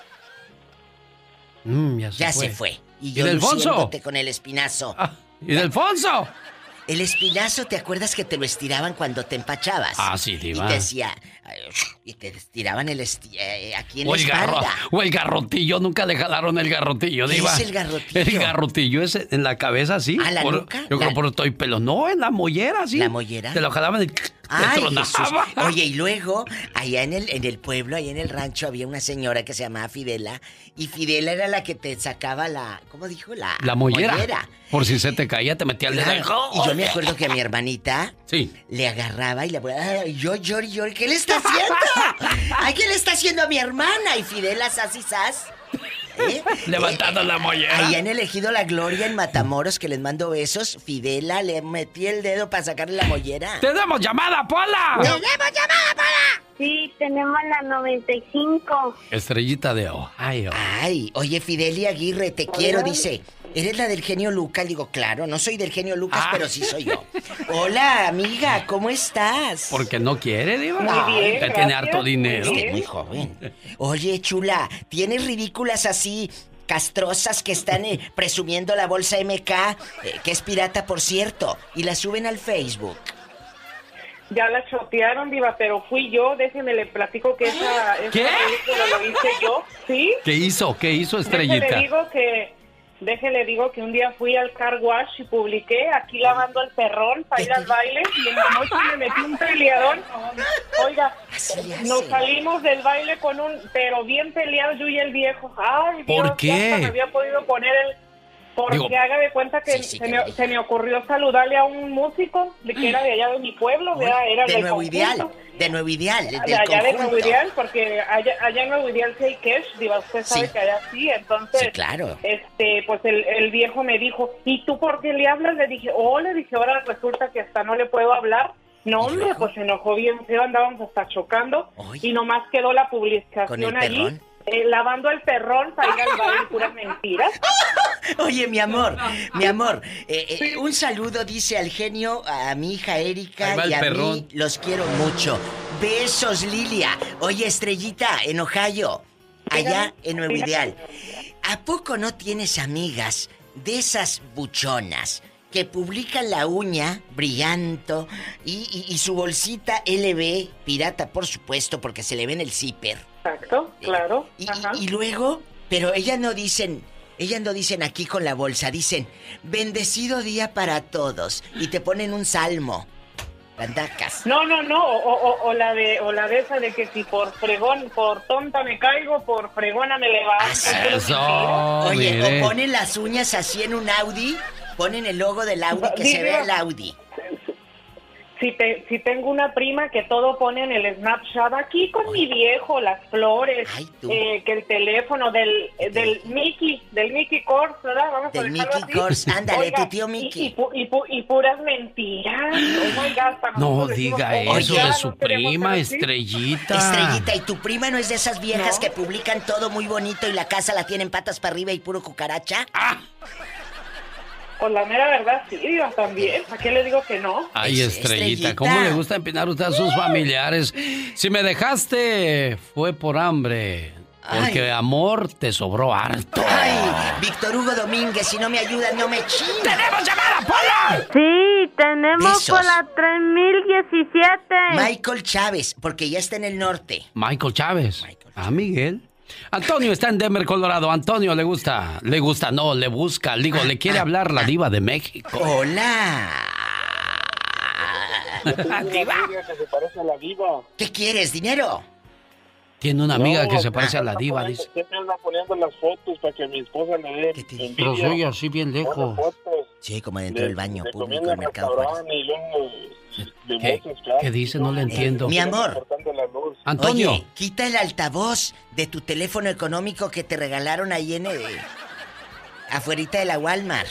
Mm, ya se ya fue. se fue. Y, ¿Y yo Delfonso? con El Espinazo. Ah, ¿Y Delfonso? El Espinazo, ¿te acuerdas que te lo estiraban cuando te empachabas? Ah, sí, Diva. Y te decía... Y te estiraban el esti eh, aquí en o la el espalda. Garro, o el garrotillo, nunca le jalaron el garrotillo, ¿Qué Diva. es el garrotillo? El garrotillo es en la cabeza, ¿sí? ¿A la por, nuca? Yo la... creo por estoy pelo. No, en la mollera, ¿sí? ¿La mollera? Te lo jalaban y Ay, te Jesús. Oye, y luego, allá en el, en el pueblo, allá en el rancho, había una señora que se llamaba Fidela. Y Fidela era la que te sacaba la... ¿Cómo dijo? La, la mollera. mollera. Por si se te caía, te metía el dedo. Claro. Y yo me acuerdo que a mi hermanita... Sí. Le agarraba y le... Ay, yo, yo, yo, ¿qué le está haciendo? Ay, ¿qué le está haciendo a mi hermana? Y Fidela, sas y sas... ¿Eh? Levantando eh, la mollera. Ahí han elegido La Gloria en Matamoros, que les mando besos. Fidela le metí el dedo para sacarle la mollera. ¡Tenemos llamada, Pola! ¡Tenemos llamada, Pola! Sí, tenemos la noventa y cinco. Estrellita de Ohio. Ay, oye, Fidelia Aguirre, te quiero, dice. ¿Eres la del genio Lucas? Digo, claro, no soy del genio Lucas, ah. pero sí soy yo. Hola, amiga, ¿cómo estás? Porque no quiere, Diva. Muy bien, que tiene harto dinero. Usted es muy joven. Oye, chula, ¿tienes ridículas así, castrosas, que están eh, presumiendo la bolsa M K, eh, que es pirata, por cierto, y la suben al Facebook? Ya la chotearon, Diva, pero fui yo. Déjeme le platico que esa, esa ¿Qué? película lo hice yo, ¿sí? ¿Qué hizo? ¿Qué hizo, Estrellita? Déjele digo que... Déjele digo que un día fui al car wash y publiqué aquí lavando el perrón para ir al baile y en la noche me metí un peleadón. Oiga, nos salimos del baile con un... pero bien peleado yo y el viejo. Ay, Dios, ¿por qué? Ya me había podido poner el... Porque Digo, haga de cuenta que, sí, sí, se, que me, me... se me ocurrió saludarle a un músico de que era de allá de mi pueblo, ¿verdad? Era de del Nuevo conjunto. Ideal, de Nuevo Ideal, del de allá conjunto. de Nuevo Ideal, porque allá, allá en Nuevo Ideal sí hay cash, Diva, usted sabe sí. que allá sí, entonces, sí, claro. este, pues el, el viejo me dijo, ¿y tú por qué le hablas? Le dije, oh, le dije, ahora resulta que hasta no le puedo hablar. No, hombre, pues se enojó bien feo, andábamos hasta chocando. Oye. Y nomás quedó la publicación allí. Eh, lavando el perrón para ir al baile, puras mentiras. Oye, mi amor, mi amor, eh, eh, un saludo, dice al genio, a mi hija Erika y a perrón. Mí, los quiero mucho. Besos, Lilia. Oye, Estrellita, en Ohio, allá en Nuevo Ideal. ¿A poco no tienes amigas de esas buchonas que publican la uña brillando y, y, y su bolsita L B, pirata, por supuesto, porque se le ve en el zipper? Exacto, claro. Eh, y, y, y luego, pero ellas no dicen, ellas no dicen aquí con la bolsa, dicen, bendecido día para todos, y te ponen un salmo. Bandacas. No, no, no, o, o, o la de o la de esa de que si por fregón, por tonta me caigo, por fregona me levanto. Eso, oye, mire. O ponen las uñas así en un Audi, ponen el logo del Audi, que Diva, se vea el Audi. Si, te, si tengo una prima que todo pone en el Snapchat, aquí con mi viejo, las flores, eh, que el teléfono del, del Mickey, del Mickey Kors, ¿verdad? Vamos del a Mickey así. Kors, ándale, Oiga, tu tío Mickey. Y, y, y, y puras mentiras. Oh my God, no diga decimos, eso oiga, de su no queremos prima, ser así. Estrellita. Estrellita, ¿y tu prima no es de esas viejas No. que publican todo muy bonito y la casa la tienen patas para arriba y puro cucaracha? ¡Ah! Pues la mera verdad, sí, Diva, también. ¿A qué le digo que no? Ay, Estrellita, ¿cómo le gusta empinar usted a sus familiares? Si me dejaste, fue por hambre. Porque Ay. amor te sobró harto. Ay, Víctor Hugo Domínguez, si no me ayudas, no me chingas. ¡Tenemos llamada, Pola! Sí, tenemos Besos. por la tres mil diecisiete. Michael Chávez, porque ya está en el norte. Michael Chávez. Ah, Miguel. Antonio está en Denver, Colorado. Antonio le gusta, le gusta, no, le busca. Digo, le quiere hablar la diva de México. Hola. ¿Diva? Que se parece a la diva. ¿Qué quieres, dinero? Tiene una amiga No, que se parece a la anda diva, poniendo- dice. Siempre anda poniendo las fotos para que mi esposa le dé envidia. Pero soy así bien lejos. Pone fotos Sí, como dentro del baño de público comiendo del en Mercado Juárez. restaurante y luego de ¿Qué, bolsas, claro. ¿Qué dice? No le entiendo. Mi amor. Cortando la luz. Antonio. Oye, quita el altavoz de tu teléfono económico que te regalaron ahí en el... afuerita de la Walmart.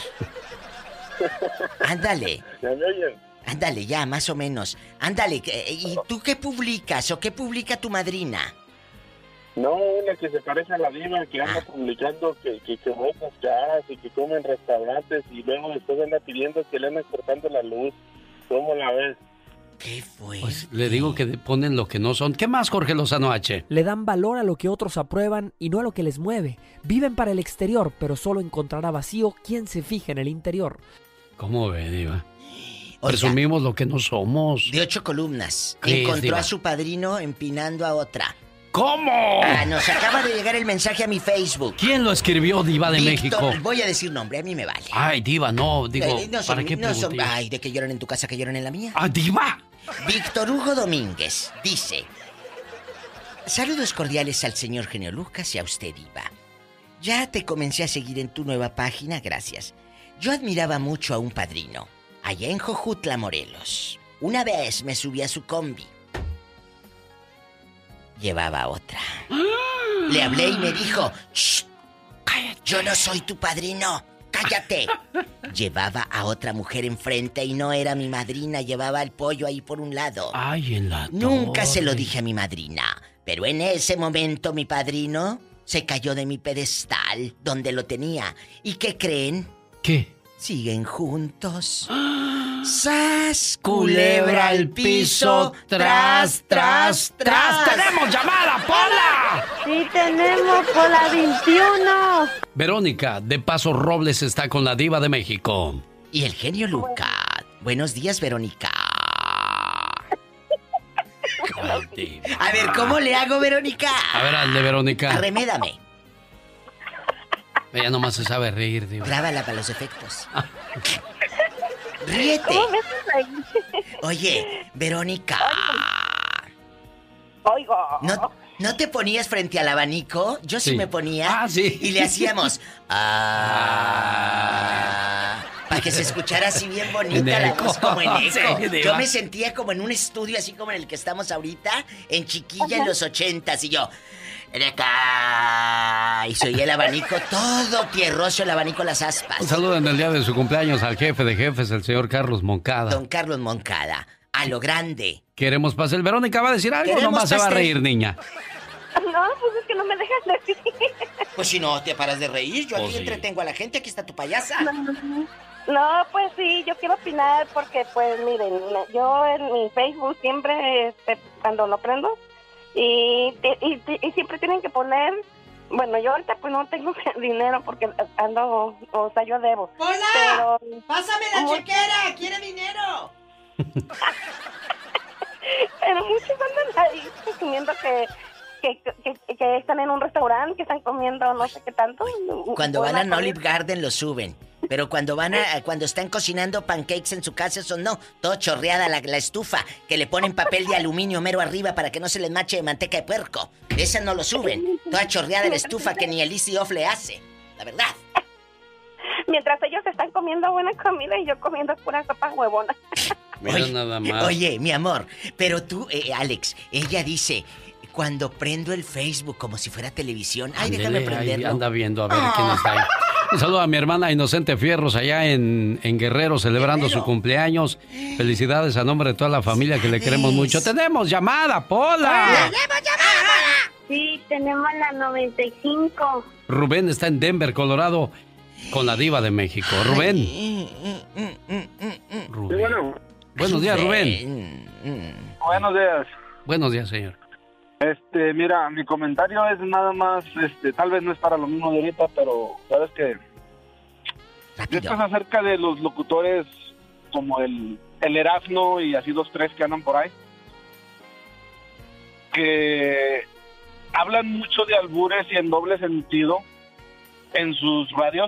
Ándale. ¿Ya me oyen? Ándale, ya, más o menos. Ándale, ¿qué- ¿y tú qué publicas o qué publica tu madrina? No, una que se parece a la diva que anda publicando que, que, que bolsas caras y que come en restaurantes y luego después anda pidiendo que le andan cortando la luz. ¿Cómo la ves? ¿Qué fue? Pues le digo que ponen lo que no son. ¿Qué más, Jorge Lozano H? Le dan valor a lo que otros aprueban y no a lo que les mueve. Viven para el exterior, pero solo encontrará vacío quien se fija en el interior. ¿Cómo ve, diva? Oiga. Presumimos lo que no somos. De ocho columnas. ¿Qué es, Encontró diva? a su padrino empinando a otra. ¿Cómo? Ah, nos acaba de llegar el mensaje a mi Facebook. ¿Quién lo escribió, diva de Víctor, México? Voy a decir nombre, a mí me vale. Ay, diva, no, digo, Eh, no son- ¿para qué no son- pregunté? Ay, de que lloran en tu casa, que lloran en la mía. ¡Ah, diva! Víctor Hugo Domínguez dice: saludos cordiales al señor Genio Lucas y a usted, diva. Ya te comencé a seguir en tu nueva página, gracias. Yo admiraba mucho a un padrino, allá en Jojutla, Morelos. Una vez me subí a su combi. Llevaba otra. Le hablé y me dijo: "Shh, yo no soy tu padrino, cállate". Llevaba a otra mujer enfrente y no era mi madrina, llevaba el pollo ahí por un lado. Ay, en la Nunca torre. se lo dije a mi madrina, pero en ese momento mi padrino se cayó de mi pedestal donde lo tenía. ¿Y qué creen? ¿Qué? Siguen juntos. ¡Sas! Culebra al piso. Tras, tras, tras. ¡Tenemos llamada, Pola! Sí, tenemos por la veintiuno. Verónica de Paso Robles está con la diva de México. Y el genio Lucas. Buenos días, Verónica. Ay, diva. A ver, ¿cómo le hago, Verónica? A ver, al de Verónica. Arremédame. Ella nomás se sabe reír, diva. Grábala para los efectos. Ríete. ¿Cómo me haces reír? Oye, Verónica. Oigo. ¿No, ¿No te ponías frente al abanico? Yo sí, Sí. me ponía. Ah, sí. Y le hacíamos. Ah, para que se escuchara así bien bonita En la eco. voz, como en eco. Sí, diva. Yo me sentía como en un estudio así como en el que estamos ahorita, en Chiquilla en los ochentas, y yo. Verónica. Y se oía el abanico, todo tierroso el abanico, las aspas. Un saludo en el día de su cumpleaños al jefe de jefes, el señor Carlos Moncada. Don Carlos Moncada, a lo grande. Queremos pastel. Verónica va a decir algo, Queremos nomás se va a pastel. reír, niña. No, pues es que no me dejas decir. Pues si no te paras de reír, yo Oh, aquí sí. entretengo a la gente, aquí está tu payasa. No, pues sí, yo quiero opinar porque, pues, miren, yo en mi Facebook siempre, este, cuando lo prendo, y, y, y siempre tienen que poner, bueno, yo ahorita pues no tengo dinero porque ando, o sea, yo debo. ¡Hola! Pero, ¡Pásame la Mu- chequera! ¡Quiere dinero! pero muchos andan ahí presumiendo que, que, que, que están en un restaurante, que están comiendo no sé qué tanto. Cuando van Buena a Olive Garden lo suben. Pero cuando van a, cuando están cocinando pancakes en su casa, eso no, todo chorreada la, la estufa, que le ponen papel de aluminio mero arriba para que no se les manche de manteca de puerco. Esa no lo suben. Toda chorreada la estufa que ni el Easy Off le hace. La verdad. Mientras ellos están comiendo buena comida y yo comiendo pura sopa huevona. Mira oye, nada más. Oye, mi amor, pero tú, eh, Alex, ella dice, cuando prendo el Facebook como si fuera televisión, ay, Ándele, déjame prenderlo. ahí anda viendo a ver oh. quién está ahí. Un saludo a mi hermana Inocente Fierros allá en, en Guerrero, celebrando Guerrero. su cumpleaños. Felicidades a nombre de toda la familia que le queremos mucho. ¡Tenemos llamada, Pola! ¡Tenemos llamada, Pola! Sí, tenemos la noventa y cinco. Rubén está en Denver, Colorado, con la diva de México. Rubén. Rubén. Sí, bueno. Buenos días, Rubén. Buenos días. Buenos días, señor. Este, mira, mi comentario es nada más, este, tal vez no es para lo mismo de ahorita, pero sabes que esto es acerca de los locutores como el, el Erasmo y así dos, tres que andan por ahí, que hablan mucho de albures y en doble sentido en sus radios,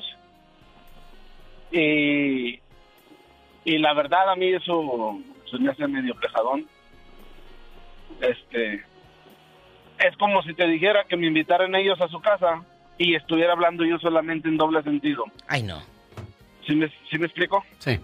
y, y la verdad a mí eso se me hace medio pesadón. Este... Es como si te dijera que me invitaran ellos a su casa y estuviera hablando yo solamente en doble sentido. Ay, no. ¿Sí me, ¿sí me explico? Sí.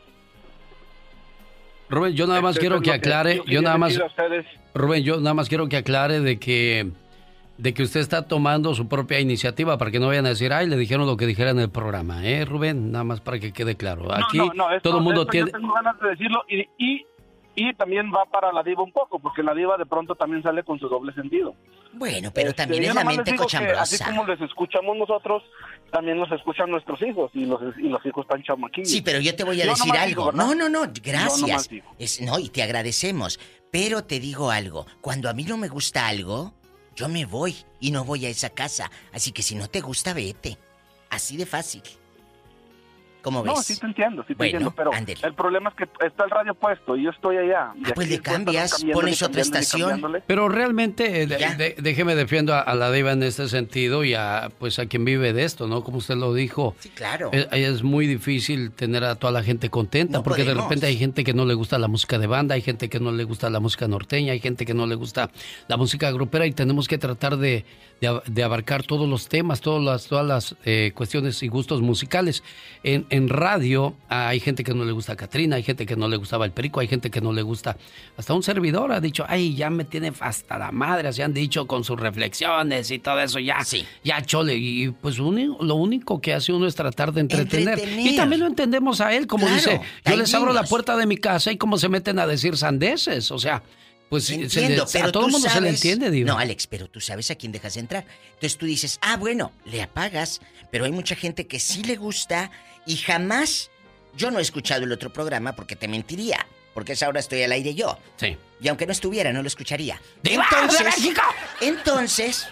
Rubén, yo nada más este quiero que aclare, que yo, yo nada más... Rubén, yo nada más quiero que aclare de que de que usted está tomando su propia iniciativa para que no vayan a decir, ay, le dijeron lo que dijera en el programa, ¿eh, Rubén? Nada más para que quede claro. Aquí no, no, no, esto, todo el mundo esto tiene... Yo tengo ganas de decirlo y... y... Y también va para la diva un poco, porque la diva de pronto también sale con su doble sentido. Bueno, pero este, también es la mente cochambrosa. Así como les escuchamos nosotros, también nos escuchan nuestros hijos, y los, y los hijos están chamaquillos. Sí, pero yo te voy a yo decir algo. Digo, no, no, no, gracias. No, es, no, y te agradecemos. Pero te digo algo, cuando a mí no me gusta algo, yo me voy y no voy a esa casa. Así que si no te gusta, vete. Así de fácil. ¿Cómo ves? No, sí te entiendo, sí te bueno, entiendo, pero ándele. El problema es que está el radio puesto y yo estoy allá. Ah, pues le cambias, pones otra estación. Pero realmente, eh, de, de, déjeme defiendo a, a la diva en este sentido y a pues a quien vive de esto, ¿no? Como usted lo dijo. Sí, claro. Es, es muy difícil tener a toda la gente contenta, no porque podemos. De repente hay gente que no le gusta la música de banda, hay gente que no le gusta la música norteña, hay gente que no le gusta la música grupera y tenemos que tratar de, de, de abarcar todos los temas, todas las, todas las eh, cuestiones y gustos musicales. En, en radio hay gente que no le gusta a Catrina, hay gente que no le gustaba el Perico, hay gente que no le gusta. Hasta un servidor ha dicho, ay, ya me tiene hasta la madre, se han dicho con sus reflexiones y todo eso, ya, sí. ya chole. Y pues un, lo único que hace uno es tratar de entretener. entretener. Y también lo entendemos a él, como claro, dice, yo les abro la puerta de mi casa y como se meten a decir sandeces, o sea... Pues entiendo, se le, pero a todo el mundo sabes, se le entiende, Diva. No, Alex, pero tú sabes a quién dejas entrar. Entonces tú dices, ah, bueno, le apagas, pero hay mucha gente que sí le gusta y jamás... Yo no he escuchado el otro programa porque te mentiría, porque a esa hora estoy al aire yo. Sí. Y aunque no estuviera, no lo escucharía. ¡Diva entonces, de México! Entonces,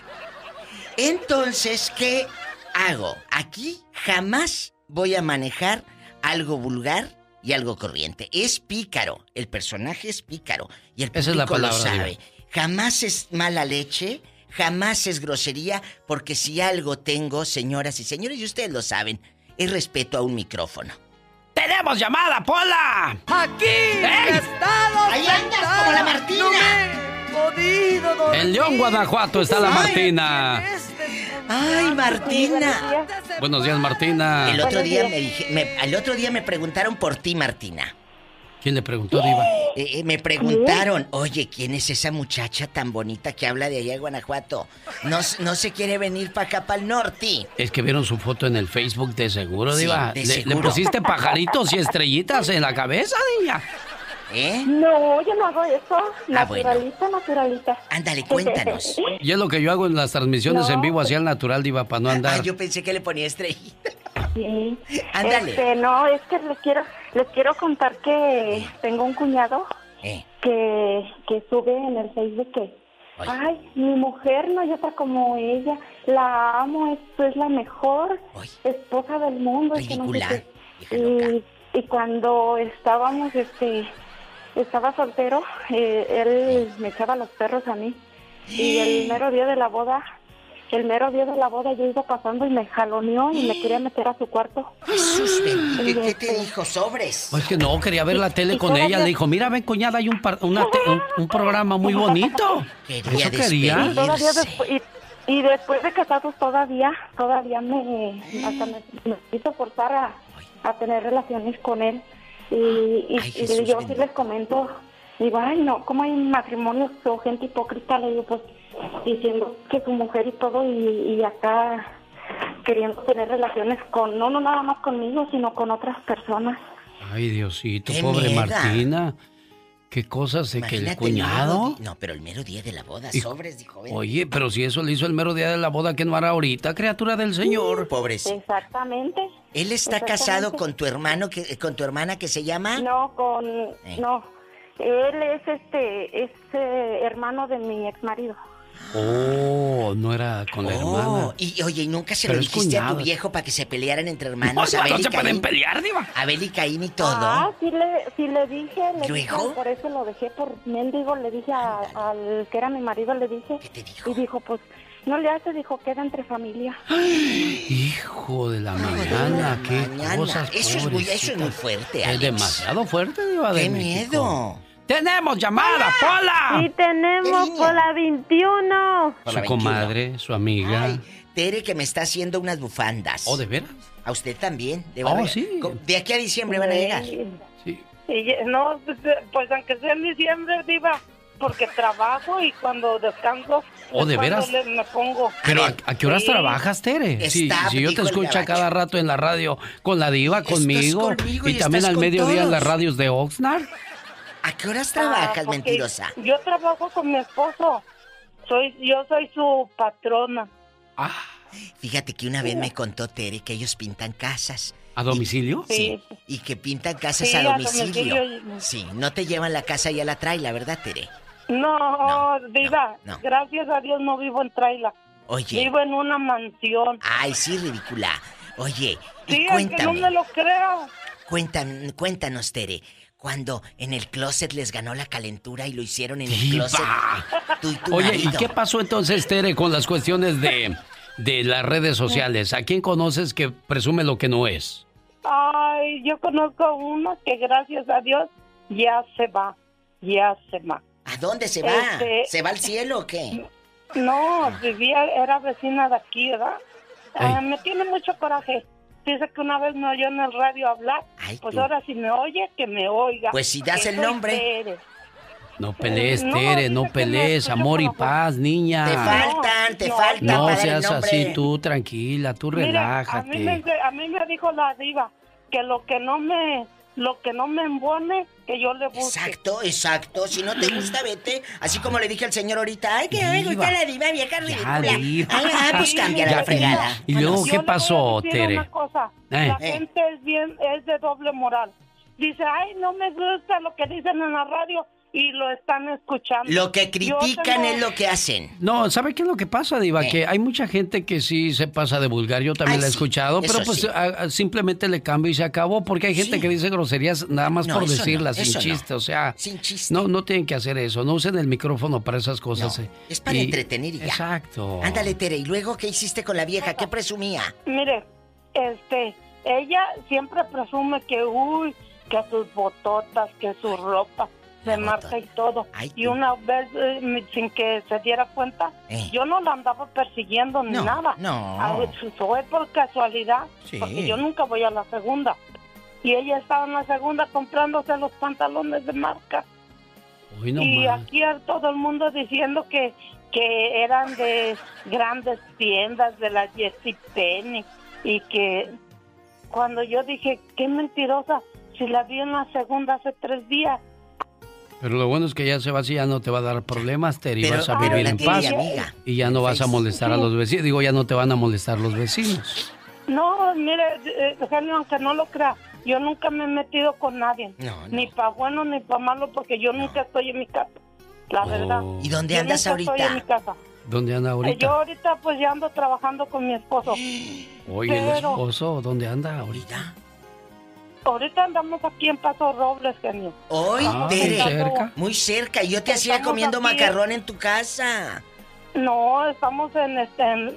entonces, ¿qué hago? Aquí jamás voy a manejar algo vulgar y algo corriente. Es pícaro, el personaje es pícaro y el público Esa es la palabra, lo sabe. Diva. Jamás es mala leche, jamás es grosería, porque si algo tengo, señoras y señores, y ustedes lo saben, es respeto a un micrófono. ¡Tenemos llamada, Pola! ¡Aquí! ¡Ey! ¡Estamos ¡Ahí andas como la Martina! No podido, en León, Guanajuato está la Martina. ¡Ay, Martina! Buenos días, Martina. El otro día me, dije, me, el otro día me preguntaron por ti, Martina. ¿Quién le preguntó, Diva? Eh, eh, me preguntaron, oye, ¿quién es esa muchacha tan bonita que habla de allá de Guanajuato? No, no se quiere venir para acá, para el norte. Es que vieron su foto en el Facebook, de seguro, sí, Diva. De ¿Le, seguro. ¿Le pusiste pajaritos y estrellitas en la cabeza, niña? ¿Eh? No, yo no hago eso. Naturalita, ah, bueno. naturalita. Ándale, cuéntanos. Y es lo que yo hago en las transmisiones no. en vivo hacia el natural, Diva, para no andar. Ah, yo pensé que le ponía estrellita. Sí. Ándale. Este, no, es que les quiero, les quiero contar que tengo un cuñado ¿Eh? que, que sube en el Facebook que, Oye. ay, mi mujer no hay otra como ella, la amo, es, es la mejor Oye. esposa del mundo. Ridícula. Es que no sé qué. y, y cuando estábamos, este, estaba soltero, eh, él me echaba los perros a mí. Y el mero día de la boda, el mero día de la boda yo iba pasando y me jaloneó y me quería meter a su cuarto. Jesús bendito, ¿qué, ¿qué te dijo? ¿Sobres? Es que no, quería ver la tele con ella. Le dijo, mira, ven, cuñada, hay un, par, una te, un, un programa muy bonito. Quería ¿Eso quería? Y, todavía despu y, y después de casados todavía, todavía me, hasta me, me hizo forzar a, a tener relaciones con él. Y, y, Ay, y Jesús yo bendito. sí les comento, digo, ay, no, ¿cómo hay matrimonios o gente hipócrita? Le digo, pues, diciendo que su mujer y todo, y, y acá queriendo tener relaciones con, no, no nada más conmigo, sino con otras personas. Ay, Diosito, ¡Qué pobre mierda! Martina. ¿Qué cosas de que el Imagínate el mero cuñado? di- No, pero el mero día de la boda, Y- sobres, dijo. ven. Oye, pero si eso le hizo el mero día de la boda, ¿qué no hará ahorita, criatura del Señor? Pobrecito. Exactamente. Él está Exactamente. casado con tu hermano, que, con tu hermana que se llama. No, con, Eh. no, él es este, es eh, hermano de mi ex marido. Oh, no era con la Oh, hermana. y oye, ¿y nunca se Pero lo es dijiste a cuñado. tu viejo para que se pelearan entre hermanos? No, no, Abel no y se pueden Caín? pelear, diva. Abel y Caín y todo. Ah, sí le, sí le dije, le ¿Luego? dije, por eso lo dejé por mendigo, le dije a- al que era mi marido, le dije. ¿Qué te dijo? Y dijo, pues, no le hace, dijo, queda entre familia. Hijo de la mañana, qué Mañana. cosas, Eso es, muy, eso es pobrecita. muy fuerte, Es Alex. demasiado fuerte, diva de ¡Qué México. miedo! ¡Tenemos llamada, Pola! Sí, tenemos ¿Qué por línea? la veintiuno. Por Su la comadre, su amiga. Ay, Tere, que me está haciendo unas bufandas. ¿Oh, de veras? A usted también. De, Oh, verdad. sí. Co- de aquí a diciembre van a llegar. Sí. Y, no, pues, pues aunque sea en diciembre, diva, porque trabajo y cuando descanso, ¿Oh, de es cuando veras? le- me pongo. Pero, A ¿a, ver. a qué horas Sí. trabajas, Tere? Si, Está, si yo te dijo el escucho a gabacho. cada rato en la radio con la diva, Estás conmigo, conmigo y, y también estás al con mediodía en las todos. radios de Oxnard. ¿A qué horas Ah, trabajas, porque mentirosa? Yo trabajo con mi esposo. Soy, yo soy su patrona. Ah, Fíjate que una vez me contó Tere que ellos pintan casas. ¿a domicilio? Sí. Y que pintan casas Sí, a a domicilio. domicilio. Sí, no te llevan la casa y a la traila, ¿verdad, Tere? No, diva, no, no. gracias a Dios no vivo en traila. Oye. Vivo en una mansión. Ay, sí, ridícula. Oye, y Sí, aunque no cuéntame, me lo crea. cuentan- cuéntanos, Tere, cuando en el closet les ganó la calentura y lo hicieron en el ¡Diva! closet. Tú y tu Oye, marido. ¿y qué pasó entonces, Tere, con las cuestiones de, de las redes sociales? ¿A quién conoces que presume lo que no es? Ay, yo conozco a uno que gracias a Dios ya se va, ya se va. ¿A dónde se va? Este- ¿Se va al cielo o qué? No, vivía, era vecina de aquí, ¿verdad? Ah, Ay. me tiene mucho coraje. Dice que una vez me oyó en el radio hablar. Ay, pues tú. ahora si me oye, que me oiga. Pues si das Que el soy nombre. Tere. No pelees, No, Tere, dice no que no, pelees, yo amor y conozco. paz, niña. Te faltan, te no, faltan No para dar el seas nombre. así, tú tranquila, tú Mire, relájate. a mí, me, a mí me dijo la diva que lo que no me lo que no me embone, que yo le busque. Exacto, exacto. Si no te gusta, vete. Así como le dije al señor ahorita, ay, que no me Diva. gusta la diva vieja ridícula. diva. Ay, ah, pues cambia Ya, la fregada. ¿y luego Yo qué le voy a pasó, decir Tere? una cosa. Eh. La Eh. gente es bien, es de doble moral. Dice, ay, no me gusta lo que dicen en la radio y lo están escuchando. Lo que Yo critican tengo- es lo que hacen. No, ¿sabe qué es lo que pasa, Diva? ¿Qué? Que hay mucha gente que sí se pasa de vulgar, yo también Ay, la he sí, escuchado, eso pero pues sí. a- a- simplemente le cambio y se acabó, porque hay gente Sí. que dice groserías nada más No, por eso no, decirlas, sin eso no. chiste, o sea, Sin chiste. no, no tienen que hacer eso, no usen el micrófono para esas cosas. No, eh. es para Y- entretener y ya. Exacto. Ándale, Tere, ¿y luego qué hiciste con la vieja? ¿Qué presumía? Mire, este, ella siempre presume que, uy, que sus bototas, que su ropa se marca y todo. Ay, Y tú. una vez, eh, me- sin que se diera cuenta, Eh. yo no la andaba persiguiendo ni No, nada. no. Ah, fue por casualidad, Sí. porque yo nunca voy a la segunda. Y ella estaba en la segunda comprándose los pantalones de marca. Hoy no y más. aquí a todo el mundo diciendo que, que eran de grandes tiendas, de la JCPenney, y que cuando yo dije, qué mentirosa, si la vi en la segunda hace tres días. Pero lo bueno es que ya se va así, ya no te va a dar problemas, Tere, y Pero- vas a pero vivir la en tiene paz. de amiga. Y ya no vas a molestar a los vecinos. Digo, ya no te van a molestar los vecinos. No, mire, eh, Eugenio, aunque no lo crea, yo nunca me he metido con nadie, No, no. ni para bueno ni para malo, porque yo nunca estoy en mi casa, la Oh. verdad. ¿Y dónde Yo andas nunca estoy en mi ahorita? casa. ¿Dónde anda Eh, ahorita? Yo ahorita pues ya ando trabajando con mi esposo. Oye, el pero- esposo, ¿dónde anda ahorita? Ahorita andamos aquí en Paso Robles, genio. Hoy, Ah, Tere. muy cerca. Muy cerca. Y yo te hacía Estamos comiendo aquí, macarrón en tu casa. No, estamos en este en,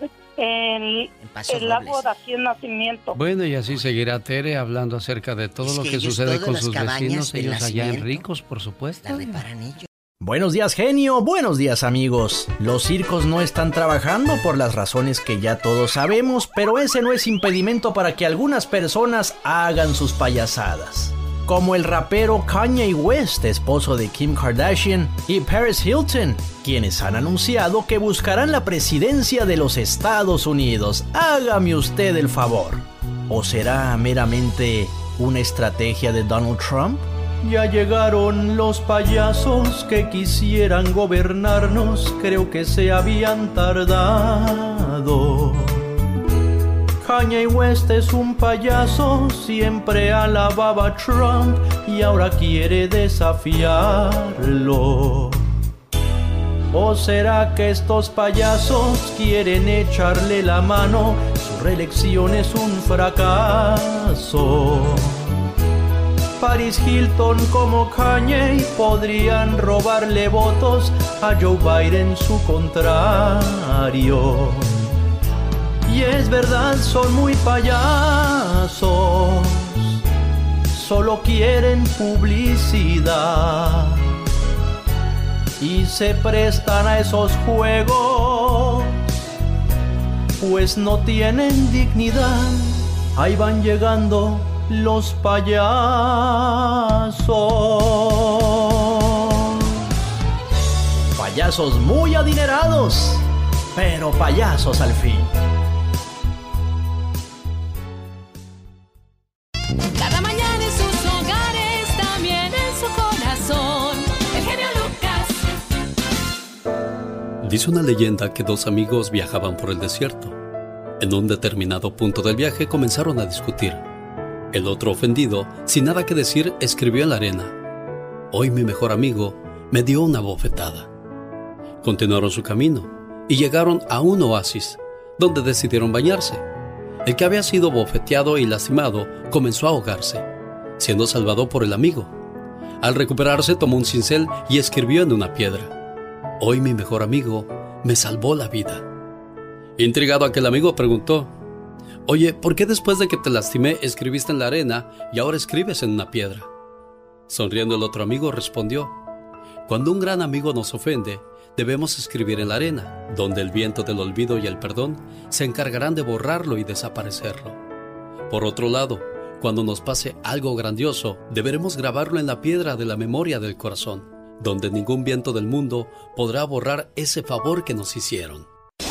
en Paso el lago Robles. de aquí en Nacimiento. Bueno, y así seguirá Tere hablando acerca de todo Es lo que que, ellos sucede todas con las sus cabañas vecinos, del ellos allá en nacimiento, Ricos, por supuesto. La reparan ellos. Buenos días, genio. Buenos días, amigos. Los circos no están trabajando por las razones que ya todos sabemos, pero ese no es impedimento para que algunas personas hagan sus payasadas. como el rapero Kanye West, esposo de Kim Kardashian, y Paris Hilton, quienes han anunciado que buscarán la presidencia de los Estados Unidos. Hágame usted el favor. ¿O será meramente una estrategia de Donald Trump? Ya llegaron los payasos que quisieran gobernarnos, creo que se habían tardado. Kanye West es un payaso, siempre alababa a Trump y ahora quiere desafiarlo. ¿O será que estos payasos quieren echarle la mano? Su reelección es un fracaso. Paris Hilton como Kanye podrían robarle votos a Joe Biden, su contrario. Y es verdad, son muy payasos, solo quieren publicidad y se prestan a esos juegos, pues no tienen dignidad. Ahí van llegando los payasos. Payasos muy adinerados, pero payasos al fin. Cada mañana en sus hogares, también en su corazón, el genio Lucas. Dice una leyenda que dos amigos viajaban por el desierto. En un determinado punto del viaje comenzaron a discutir. El otro, ofendido, sin nada que decir, escribió en la arena: hoy mi mejor amigo me dio una bofetada. Continuaron su camino y llegaron a un oasis, donde decidieron bañarse. El que había sido bofeteado y lastimado comenzó a ahogarse, siendo salvado por el amigo. Al recuperarse, tomó un cincel y escribió en una piedra: hoy mi mejor amigo me salvó la vida. Intrigado, aquel amigo preguntó: oye, ¿por qué después de que te lastimé escribiste en la arena y ahora escribes en una piedra? Sonriendo, el otro amigo respondió: cuando un gran amigo nos ofende, debemos escribir en la arena, donde el viento del olvido y el perdón se encargarán de borrarlo y desaparecerlo. Por otro lado, cuando nos pase algo grandioso, deberemos grabarlo en la piedra de la memoria del corazón, donde ningún viento del mundo podrá borrar ese favor que nos hicieron.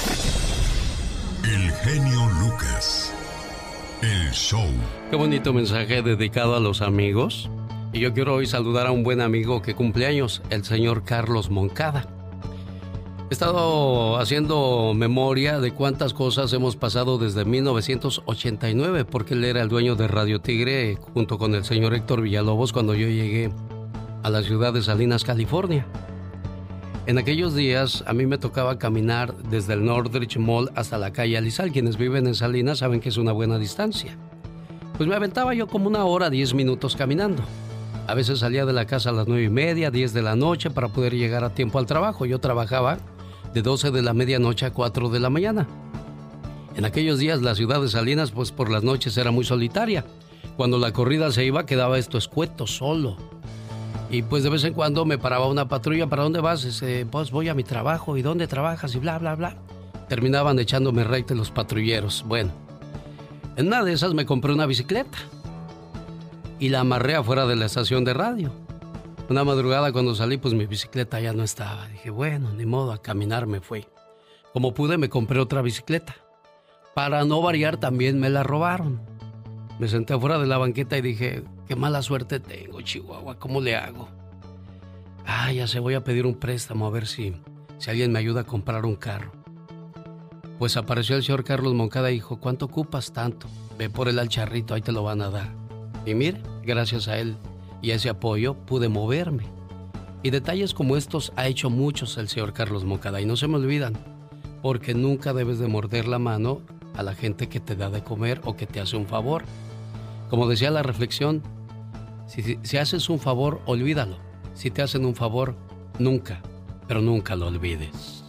El genio Lucas, el show. Qué bonito mensaje dedicado a los amigos. Y yo quiero hoy saludar a un buen amigo que cumple años, el señor Carlos Moncada. He estado haciendo memoria de cuántas cosas hemos pasado desde mil novecientos ochenta y nueve, porque él era el dueño de Radio Tigre junto con el señor Héctor Villalobos cuando yo llegué a la ciudad de Salinas, California. En aquellos días a mí me tocaba caminar desde el Northridge Mall hasta la calle Alizal. Quienes viven en Salinas saben que es una buena distancia. Pues me aventaba yo como una hora, diez minutos caminando. A veces salía de la casa a las nueve y media, diez de la noche para poder llegar a tiempo al trabajo. Yo trabajaba de doce de la medianoche a cuatro de la mañana. En aquellos días la ciudad de Salinas, pues por las noches era muy solitaria. Cuando la corrida se iba, quedaba esto escueto, solo. Y pues de vez en cuando me paraba una patrulla: ¿para dónde vas? Dice, pues voy a mi trabajo. ¿Y dónde trabajas? Y bla, bla, bla. Terminaban echándome recta los patrulleros. Bueno, en una de esas me compré una bicicleta y la amarré afuera de la estación de radio. Una madrugada cuando salí, pues mi bicicleta ya no estaba. Dije, bueno, ni modo, a caminar me fui. Como pude, me compré otra bicicleta. Para no variar, también me la robaron. Me senté afuera de la banqueta y dije, qué mala suerte tengo, Chihuahua, ¿cómo le hago? Ah, ya sé, voy a pedir un préstamo a ver si, si alguien me ayuda a comprar un carro. Pues apareció el señor Carlos Moncada y dijo, ¿cuánto ocupas? Tanto. Ve por él al charrito, ahí te lo van a dar. Y mire, gracias a él y a ese apoyo pude moverme. Y detalles como estos ha hecho muchos el señor Carlos Moncada y no se me olvidan, porque nunca debes de morder la mano a la gente que te da de comer o que te hace un favor. Como decía la reflexión, si, si, si haces un favor, olvídalo. Si te hacen un favor, nunca, pero nunca lo olvides.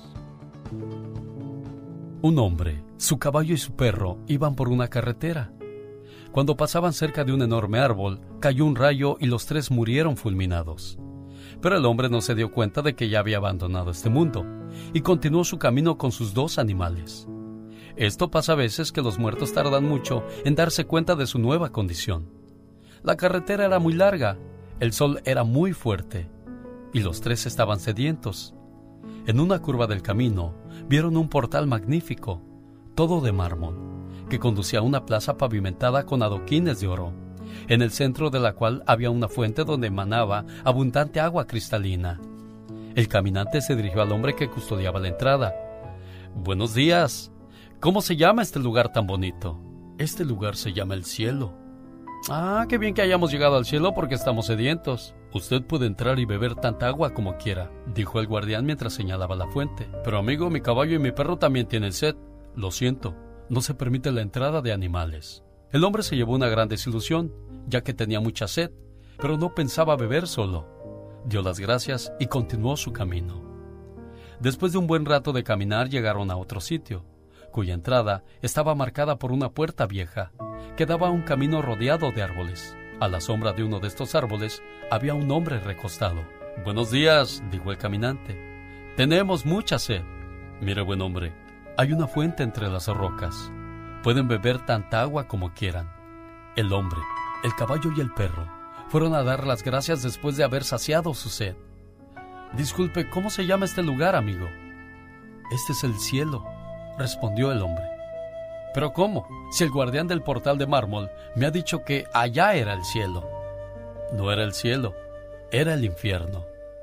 Un hombre, su caballo y su perro iban por una carretera. Cuando pasaban cerca de un enorme árbol, cayó un rayo y los tres murieron fulminados. Pero el hombre no se dio cuenta de que ya había abandonado este mundo y continuó su camino con sus dos animales. Esto pasa a veces, que los muertos tardan mucho en darse cuenta de su nueva condición. La carretera era muy larga, el sol era muy fuerte y los tres estaban sedientos. En una curva del camino vieron un portal magnífico, todo de mármol, que conducía a una plaza pavimentada con adoquines de oro, en el centro de la cual había una fuente donde emanaba abundante agua cristalina. El caminante se dirigió al hombre que custodiaba la entrada. «Buenos días. ¿Cómo se llama este lugar tan bonito?» «Este lugar se llama el cielo». «Ah, qué bien que hayamos llegado al cielo porque estamos sedientos. Usted puede entrar y beber tanta agua como quiera», dijo el guardián mientras señalaba la fuente. «Pero amigo, mi caballo y mi perro también tienen sed. Lo siento, no se permite la entrada de animales». El hombre se llevó una gran desilusión, ya que tenía mucha sed, pero no pensaba beber solo. Dio las gracias y continuó su camino. Después de un buen rato de caminar llegaron a otro sitio, cuya entrada estaba marcada por una puerta vieja, que daba a un camino rodeado de árboles. A la sombra de uno de estos árboles había un hombre recostado. «Buenos días», dijo el caminante. «Tenemos mucha sed». «Mire, buen hombre, hay una fuente entre las rocas. Pueden beber tanta agua como quieran». El hombre, el caballo y el perro fueron a dar las gracias después de haber saciado su sed. «Disculpe, ¿cómo se llama este lugar, amigo?» «Este es el cielo», respondió el hombre. «¿Pero cómo? Si el guardián del portal de mármol me ha dicho que allá era el cielo». «No era el cielo, era el infierno».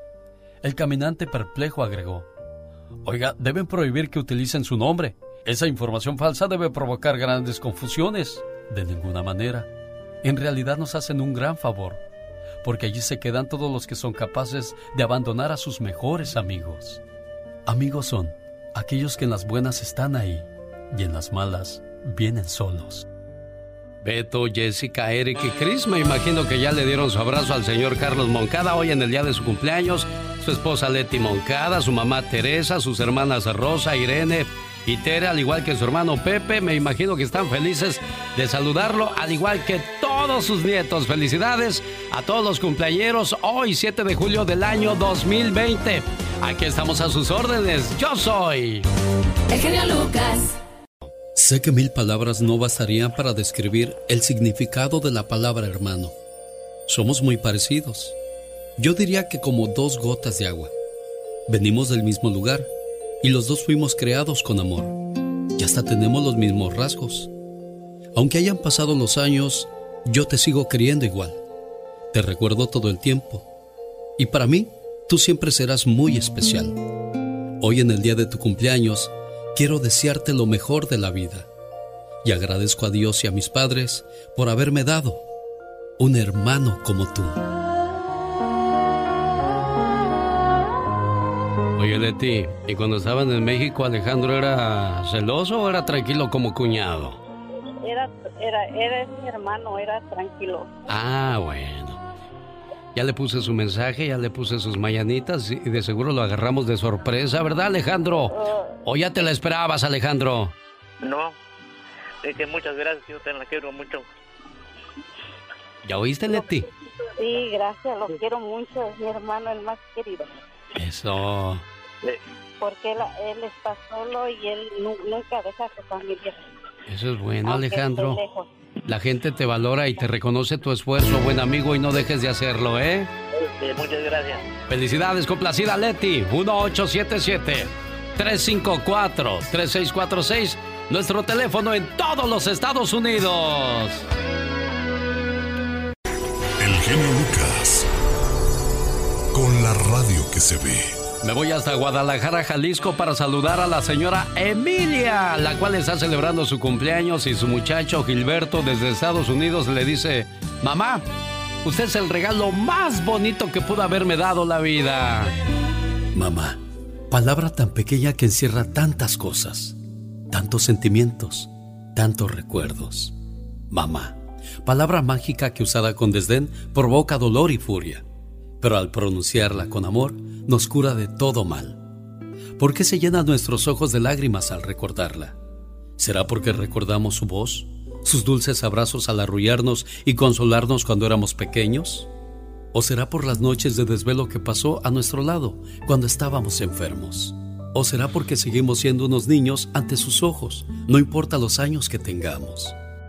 El caminante perplejo agregó: «Oiga, deben prohibir que utilicen su nombre. Esa información falsa debe provocar grandes confusiones». «De ninguna manera. En realidad nos hacen un gran favor, porque allí se quedan todos los que son capaces de abandonar a sus mejores amigos. Amigos son aquellos que en las buenas están ahí y en las malas vienen solos». Beto, Jessica, Eric y Chris, me imagino que ya le dieron su abrazo al señor Carlos Moncada hoy en el día de su cumpleaños. Su esposa Leti Moncada, su mamá Teresa, sus hermanas Rosa, Irene y Tere, al igual que su hermano Pepe. Me imagino que están felices de saludarlo, al igual que todos sus nietos. Felicidades a todos los cumpleañeros hoy, siete de julio del año dos mil veinte. Aquí estamos a sus órdenes. Yo soy el genio Lucas. Sé que mil palabras no bastarían para describir el significado de la palabra hermano. Somos muy parecidos. Yo diría que como dos gotas de agua. Venimos del mismo lugar y los dos fuimos creados con amor. Y hasta tenemos los mismos rasgos. Aunque hayan pasado los años, yo te sigo queriendo igual. Te recuerdo todo el tiempo. Y para mí, tú siempre serás muy especial. Hoy en el día de tu cumpleaños, quiero desearte lo mejor de la vida. Y agradezco a Dios y a mis padres por haberme dado un hermano como tú. Oye, Leti, ¿y cuando estaban en México, Alejandro era celoso o era tranquilo como cuñado? Era, era, era mi hermano, era tranquilo. Ah, bueno. Ya le puse su mensaje, ya le puse sus mañanitas y de seguro lo agarramos de sorpresa, ¿verdad, Alejandro? Uh, ¿O ya te la esperabas, Alejandro? No, es que muchas gracias, yo te la quiero mucho. ¿Ya oíste, Leti? Sí, gracias, lo quiero mucho, es mi hermano el más querido. Eso. Porque él, él está solo y él nunca deja a su familia. Eso es bueno, Alejandro. La gente te valora y te reconoce tu esfuerzo, buen amigo, y no dejes de hacerlo, ¿eh? Sí, muchas gracias. Felicidades, complacida Leti. uno ocho siete siete, tres cinco cuatro, tres seis cuatro seis. Nuestro teléfono en todos los Estados Unidos. El genio Lucas. Con la radio que se ve. Me voy hasta Guadalajara, Jalisco, para saludar a la señora Emilia, la cual está celebrando su cumpleaños, y su muchacho Gilberto desde Estados Unidos le dice: mamá, usted es el regalo más bonito que pudo haberme dado la vida. Mamá, palabra tan pequeña que encierra tantas cosas, tantos sentimientos, tantos recuerdos. Mamá, palabra mágica que usada con desdén provoca dolor y furia, pero al pronunciarla con amor nos cura de todo mal. ¿Por qué se llenan nuestros ojos de lágrimas al recordarla? ¿Será porque recordamos su voz, sus dulces abrazos al arrullarnos y consolarnos cuando éramos pequeños? ¿O será por las noches de desvelo que pasó a nuestro lado cuando estábamos enfermos? ¿O será porque seguimos siendo unos niños ante sus ojos, no importa los años que tengamos?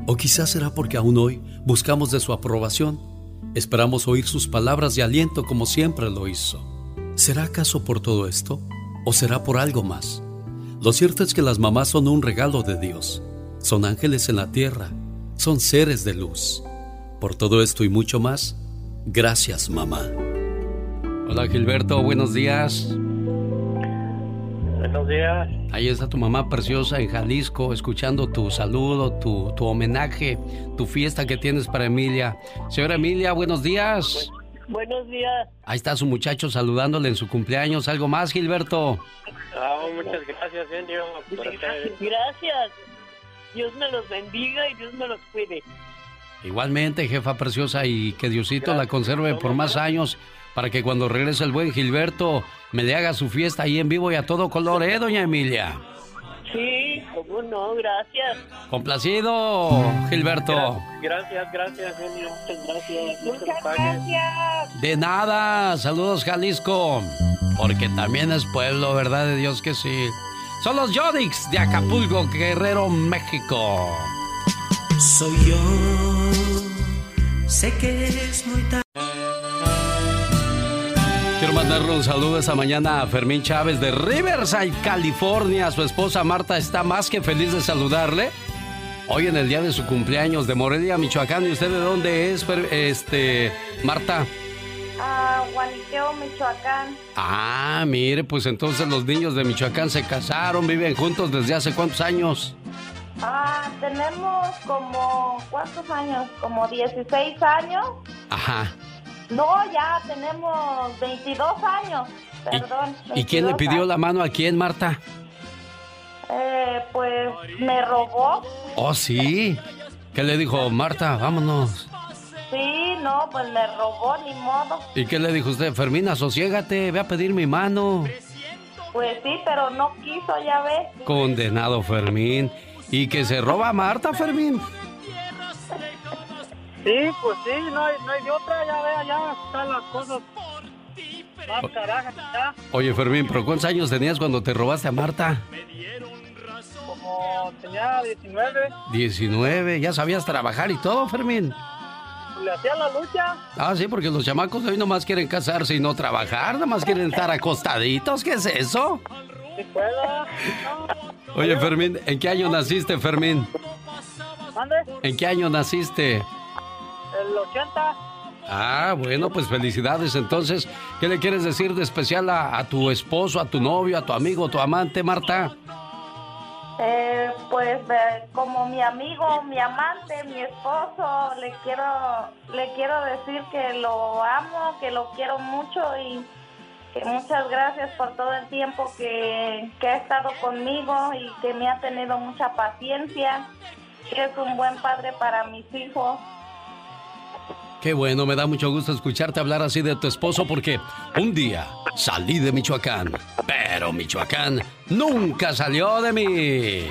O quizás será porque aún hoy buscamos de su aprobación. Esperamos oír sus palabras de aliento como siempre lo hizo. ¿Será acaso por todo esto? ¿O será por algo más? Lo cierto es que las mamás son un regalo de Dios. Son ángeles en la tierra. Son seres de luz. Por todo esto y mucho más, gracias, mamá. Hola, Gilberto, buenos días. Buenos días. Ahí está tu mamá preciosa en Jalisco, escuchando tu saludo, tu, tu homenaje, tu fiesta que tienes para Emilia. Señora Emilia, buenos días. Buenos días. Ahí está su muchacho saludándole en su cumpleaños. ¿Algo más, Gilberto? Ah, muchas gracias, genio. Gracias, gracias. Dios me los bendiga y Dios me los cuide. Igualmente, jefa preciosa, y que Diosito gracias, la conserve por más años para que cuando regrese el buen Gilberto me le haga su fiesta ahí en vivo y a todo color, ¿eh, doña Emilia? Sí, cómo no, gracias. Complacido, Gilberto. Gracias, gracias, genio. Muchas gracias. Muchas gracias. De nada, saludos, Jalisco. Porque también es pueblo, ¿verdad? De Dios que sí. Son los Yonix de Acapulco, Guerrero, México. Soy yo, sé que es muy tarde. Quiero mandarle un saludo esta mañana a Fermín Chávez de Riverside, California. Su esposa Marta está más que feliz de saludarle. Hoy en el día de su cumpleaños, de Morelia, Michoacán. ¿Y usted de dónde es, este, Marta? Ah, Guaniqueo, Michoacán. Ah, mire, pues entonces los niños de Michoacán se casaron, viven juntos desde hace ¿cuántos años? Ah, tenemos como, ¿cuántos años? Como dieciséis años. Ajá. No, ya tenemos veintidós años, perdón. ¿Y, ¿y quién le pidió años. la mano a quién, Marta? Eh, pues me robó. Oh, sí. ¿Qué le dijo? Marta, vámonos. Sí, no, pues me robó, ni modo. ¿Y qué le dijo usted? Fermín, asosiégate, ve a pedir mi mano. Pues sí, pero no quiso, ya ves. Condenado Fermín. ¿Y que se roba a Marta, Fermín? Sí, pues sí, no hay, no hay de otra, ya vea, ya están las cosas más carajas ya. Oye, Fermín, ¿pero cuántos años tenías cuando te robaste a Marta? Como tenía diecinueve. diecinueve, ¿ya sabías trabajar y todo, Fermín? Le hacía la lucha. Ah, sí, porque los chamacos de hoy nomás quieren casarse y no trabajar, nomás quieren estar acostaditos, ¿qué es eso? Sí puedo. No. Oye, Fermín, ¿en qué año naciste, Fermín? ¿Mande? ¿En qué año naciste? El ochenta. Ah, bueno, pues felicidades. Entonces, ¿qué le quieres decir de especial a, a tu esposo, a tu novio, a tu amigo, a tu amante, Marta? Eh, pues eh, como mi amigo, mi amante, mi esposo, le quiero, le quiero decir que lo amo, que lo quiero mucho y que muchas gracias por todo el tiempo que, que ha estado conmigo y que me ha tenido mucha paciencia, que es un buen padre para mis hijos. Qué bueno, me da mucho gusto escucharte hablar así de tu esposo porque un día salí de Michoacán, pero Michoacán nunca salió de mí.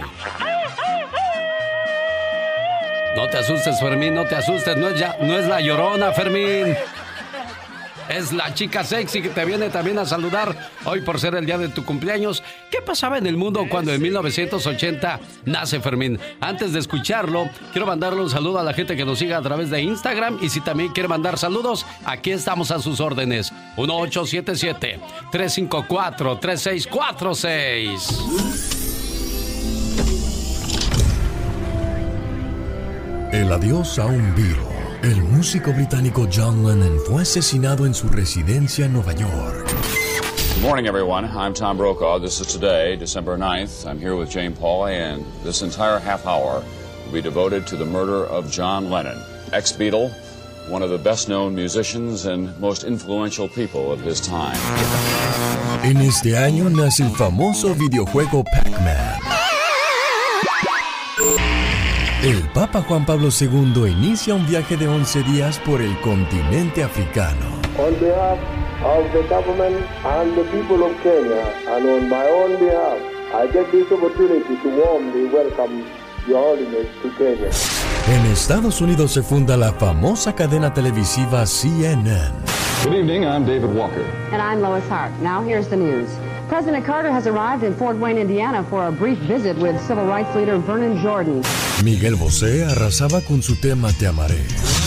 No te asustes, Fermín, no te asustes, no es, ya, no es la Llorona, Fermín. Es la chica sexy que te viene también a saludar hoy por ser el día de tu cumpleaños. ¿Qué pasaba en el mundo cuando en mil novecientos ochenta nace Fermín? Antes de escucharlo, quiero mandarle un saludo a la gente que nos siga a través de Instagram. Y si también quiere mandar saludos, aquí estamos a sus órdenes. uno ocho siete siete, tres cinco cuatro, tres seis cuatro seis. El adiós a un Beatle. El músico británico John Lennon fue asesinado en su residencia en Nueva York. Good morning, everyone. I'm Tom Brokaw. This is today, December ninth. I'm here with Jane Pauley, and this entire half hour will be devoted to the murder of John Lennon, ex-Beatle, one of the best-known musicians and most influential people of his time. En este año nace el famoso videojuego Pac-Man. El Papa Juan Pablo segundo inicia un viaje de once días por el continente africano. On behalf of the government and the people of Kenya, and on my own behalf, I get this opportunity to warmly welcome Your Holiness to Kenya. En Estados Unidos se funda la famosa cadena televisiva C N N. Good evening, I'm David Walker. And I'm Lois Hart. Now here's the news. President Carter has arrived in Fort Wayne, Indiana for a brief visit with civil rights leader Vernon Jordan. Miguel Bosé arrasaba con su tema Te amaré.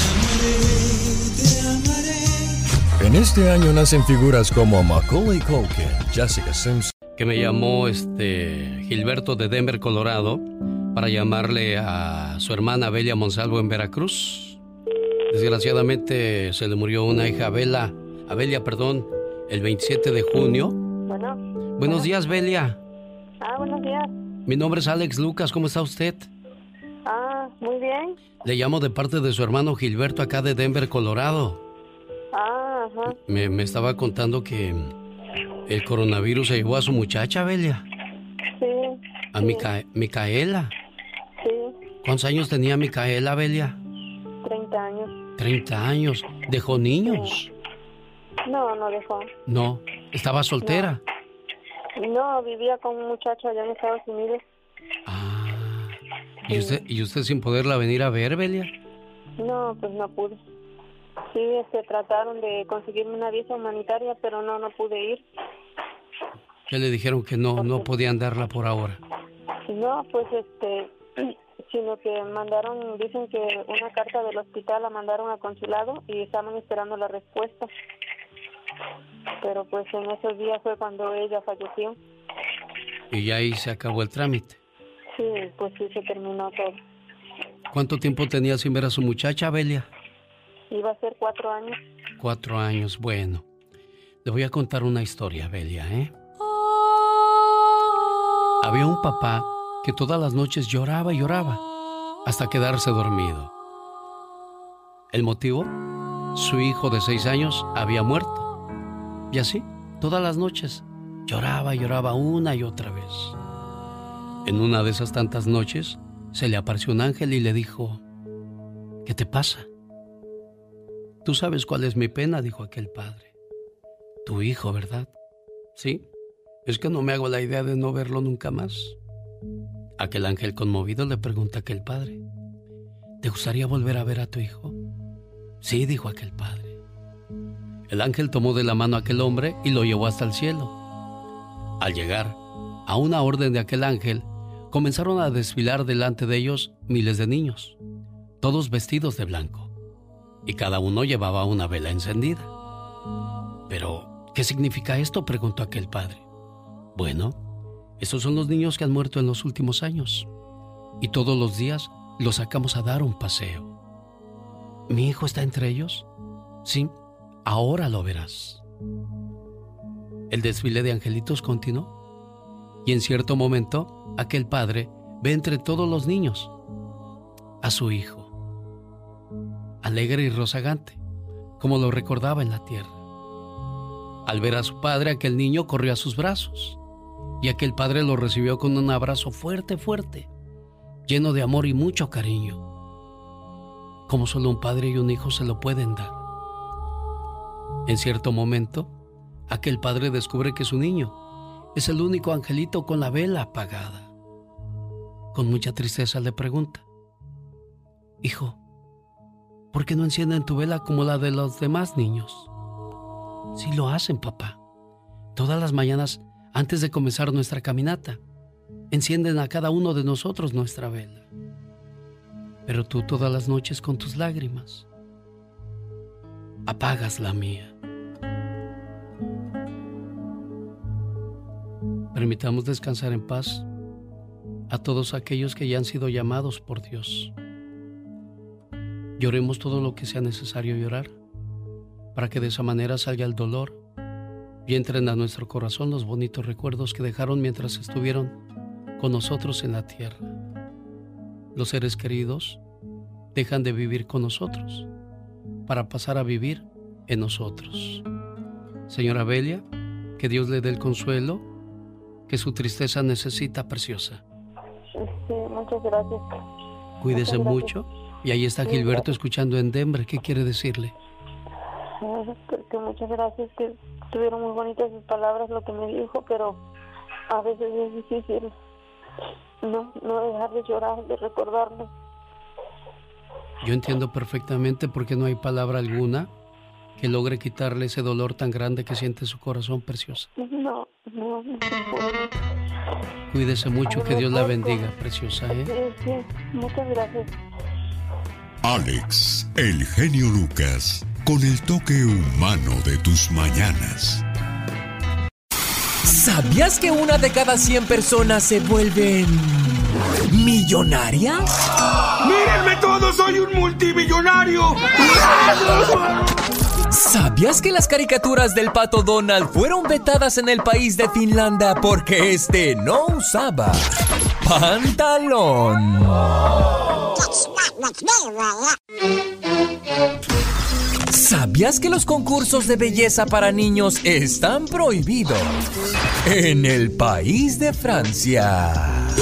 En este año nacen figuras como Macaulay Culkin, Jessica Simpson. Que me llamó este Gilberto de Denver, Colorado, para llamarle a su hermana Belia Monsalvo en Veracruz. Desgraciadamente se le murió una hija, Bela, a Belia, perdón, el veintisiete de junio. Bueno. Buenos bueno. días, Belia. Ah, buenos días. Mi nombre es Alex Lucas, ¿cómo está usted? Ah, muy bien. Le llamo de parte de su hermano Gilberto, acá de Denver, Colorado. Ah, ajá. Me, me estaba contando que el coronavirus se llevó a su muchacha, Belia. Sí. A sí. Mica- Micaela. Sí. ¿Cuántos años tenía Micaela, Belia? Treinta años. Treinta años. ¿Dejó niños? No, no dejó. No. ¿Estaba soltera? No, no vivía con un muchacho allá en Estados Unidos. Ah. ¿Y usted, ¿Y usted sin poderla venir a ver, Belia? No, pues no pude. Sí, este, trataron de conseguirme una visa humanitaria, pero no, no pude ir. Ya le dijeron que no, no podían darla por ahora. No, pues este, sino que mandaron, dicen que una carta del hospital la mandaron al consulado y estaban esperando la respuesta. Pero pues en esos días fue cuando ella falleció. Y ya ahí se acabó el trámite. Sí, pues sí, se terminó todo. ¿Cuánto tiempo tenía sin ver a su muchacha, Belia? Iba a ser cuatro años. Cuatro años, bueno. Le voy a contar una historia, Belia, ¿eh? Había un papá que todas las noches lloraba y lloraba hasta quedarse dormido. ¿El motivo? Su hijo de seis años había muerto. Y así, todas las noches, lloraba y lloraba una y otra vez. En una de esas tantas noches, se le apareció un ángel y le dijo, ¿qué te pasa? Tú sabes cuál es mi pena, dijo aquel padre. Tu hijo, ¿verdad? Sí, es que no me hago la idea de no verlo nunca más. Aquel ángel conmovido le pregunta a aquel padre, ¿te gustaría volver a ver a tu hijo? Sí, dijo aquel padre. El ángel tomó de la mano a aquel hombre y lo llevó hasta el cielo. Al llegar, a una orden de aquel ángel, comenzaron a desfilar delante de ellos miles de niños, todos vestidos de blanco, y cada uno llevaba una vela encendida. Pero, ¿qué significa esto?, preguntó aquel padre. Bueno, estos son los niños que han muerto en los últimos años, y todos los días los sacamos a dar un paseo. ¿Mi hijo está entre ellos? Sí, ahora lo verás. El desfile de angelitos continuó, y en cierto momento, aquel padre ve entre todos los niños a su hijo, alegre y rozagante, como lo recordaba en la tierra. Al ver a su padre, aquel niño corrió a sus brazos, y aquel padre lo recibió con un abrazo fuerte, fuerte, lleno de amor y mucho cariño, como solo un padre y un hijo se lo pueden dar. En cierto momento, aquel padre descubre que su niño es el único angelito con la vela apagada. Con mucha tristeza le pregunta, hijo, ¿por qué no encienden tu vela como la de los demás niños? Sí lo hacen, papá. Todas las mañanas, antes de comenzar nuestra caminata, encienden a cada uno de nosotros nuestra vela. Pero tú todas las noches con tus lágrimas apagas la mía. Permitamos descansar en paz a todos aquellos que ya han sido llamados por Dios. Lloremos todo lo que sea necesario llorar, para que de esa manera salga el dolor y entren a nuestro corazón los bonitos recuerdos que dejaron mientras estuvieron con nosotros en la tierra. Los seres queridos dejan de vivir con nosotros para pasar a vivir en nosotros. Señora Belia, que Dios le dé el consuelo que su tristeza necesita, preciosa. Sí, muchas gracias. Cuídese Muchas mucho. Y ahí está Gilberto escuchando en Denver. ¿Qué quiere decirle? Que, que muchas gracias, que tuvieron muy bonitas sus palabras, lo que me dijo, pero a veces es difícil no, no dejar de llorar, de recordarlo. Yo entiendo perfectamente por qué no hay palabra alguna que logre quitarle ese dolor tan grande que siente su corazón, preciosa. No, no, no se puede. Cuídese mucho, que Dios la bendiga, preciosa, ¿eh? Sí, sí, muchas gracias. Alex, el genio Lucas, con el toque humano de tus mañanas. ¿Sabías que una de cada cien personas se vuelven millonarias? ¡Mírenme todos! ¡Soy un multimillonario! ¿Sabías que las caricaturas del Pato Donald fueron vetadas en el país de Finlandia porque este no usaba pantalón? ¿Sabías que los concursos de belleza para niños están prohibidos en el país de Francia?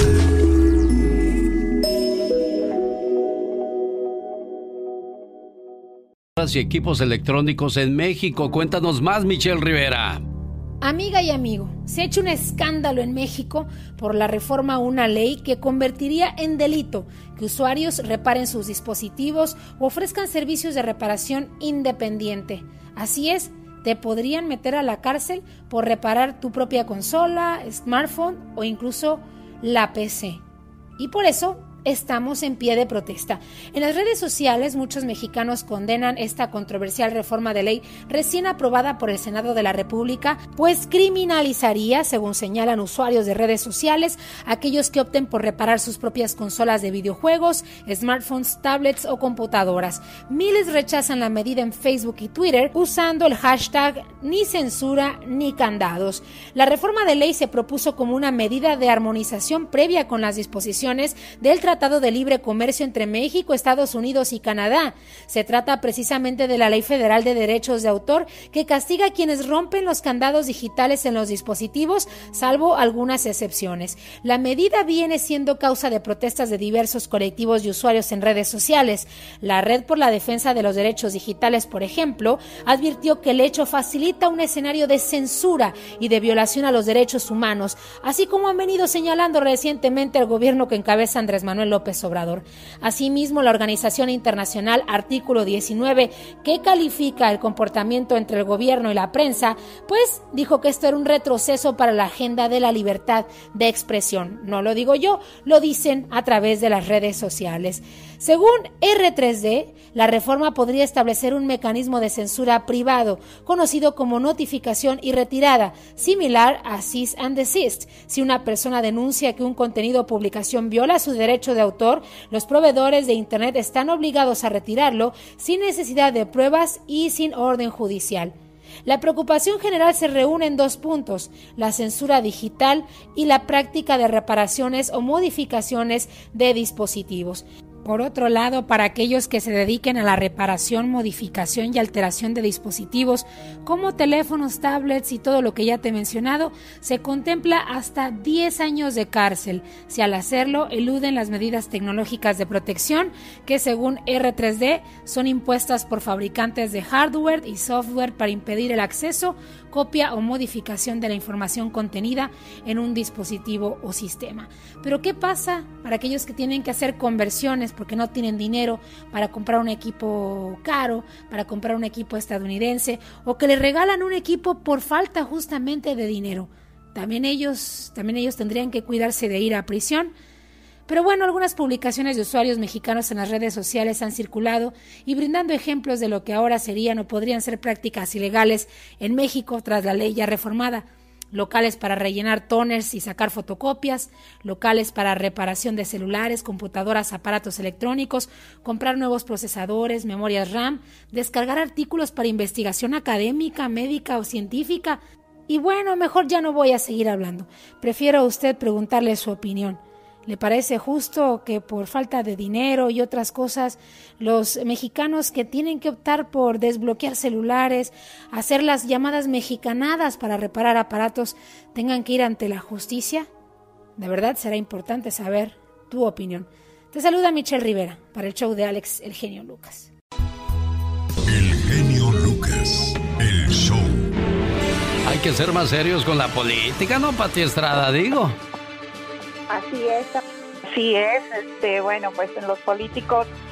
Y equipos electrónicos en México. Cuéntanos más, Michelle Rivera. Amiga y amigo, se ha hecho un escándalo en México por la reforma a una ley que convertiría en delito que usuarios reparen sus dispositivos o ofrezcan servicios de reparación independiente. Así es, te podrían meter a la cárcel por reparar tu propia consola, smartphone o incluso la P C. Y por eso estamos en pie de protesta. En las redes sociales, muchos mexicanos condenan esta controversial reforma de ley recién aprobada por el Senado de la República, pues criminalizaría, según señalan usuarios de redes sociales, aquellos que opten por reparar sus propias consolas de videojuegos, smartphones, tablets o computadoras. Miles rechazan la medida en Facebook y Twitter usando el hashtag ni censura ni candados. La reforma de ley se propuso como una medida de armonización previa con las disposiciones del Tratado de Libre Comercio entre México, Estados Unidos y Canadá. Se trata precisamente de la Ley Federal de Derechos de Autor, que castiga a quienes rompen los candados digitales en los dispositivos, salvo algunas excepciones. La medida viene siendo causa de protestas de diversos colectivos y usuarios en redes sociales. La Red por la Defensa de los Derechos Digitales, por ejemplo, advirtió que el hecho facilita un escenario de censura y de violación a los derechos humanos, así como han venido señalando recientemente el gobierno que encabeza Andrés Manuel López Obrador. Asimismo, la organización internacional Artículo diecinueve, que califica el comportamiento entre el gobierno y la prensa, pues dijo que esto era un retroceso para la agenda de la libertad de expresión. No lo digo yo, lo dicen a través de las redes sociales. Según erre tres de, la reforma podría establecer un mecanismo de censura privado, conocido como notificación y retirada, similar a cease and desist. Si una persona denuncia que un contenido o publicación viola su derecho de autor, los proveedores de Internet están obligados a retirarlo sin necesidad de pruebas y sin orden judicial. La preocupación general se reúne en dos puntos: la censura digital y la práctica de reparaciones o modificaciones de dispositivos. Por otro lado, para aquellos que se dediquen a la reparación, modificación y alteración de dispositivos como teléfonos, tablets y todo lo que ya te he mencionado, se contempla hasta diez años de cárcel si al hacerlo eluden las medidas tecnológicas de protección que, según erre tres de, son impuestas por fabricantes de hardware y software para impedir el acceso, copia o modificación de la información contenida en un dispositivo o sistema. Pero ¿qué pasa para aquellos que tienen que hacer conversiones porque no tienen dinero para comprar un equipo caro, para comprar un equipo estadounidense, o que le regalan un equipo por falta justamente de dinero? También ellos, también ellos tendrían que cuidarse de ir a prisión. Pero bueno, algunas publicaciones de usuarios mexicanos en las redes sociales han circulado y brindando ejemplos de lo que ahora serían o podrían ser prácticas ilegales en México tras la ley ya reformada. Locales para rellenar toners y sacar fotocopias, locales para reparación de celulares, computadoras, aparatos electrónicos, comprar nuevos procesadores, memorias RAM, descargar artículos para investigación académica, médica o científica. Y bueno, mejor ya no voy a seguir hablando. Prefiero a usted preguntarle su opinión. ¿Le parece justo que por falta de dinero y otras cosas los mexicanos que tienen que optar por desbloquear celulares, hacer las llamadas mexicanadas para reparar aparatos, tengan que ir ante la justicia? De verdad será importante saber tu opinión. Te saluda Michelle Rivera para el show de Alex, el genio Lucas. El genio Lucas, el show. Hay que ser más serios con la política, ¿no, Pati Estrada? Digo. Así es, así es, este, bueno, pues en los políticos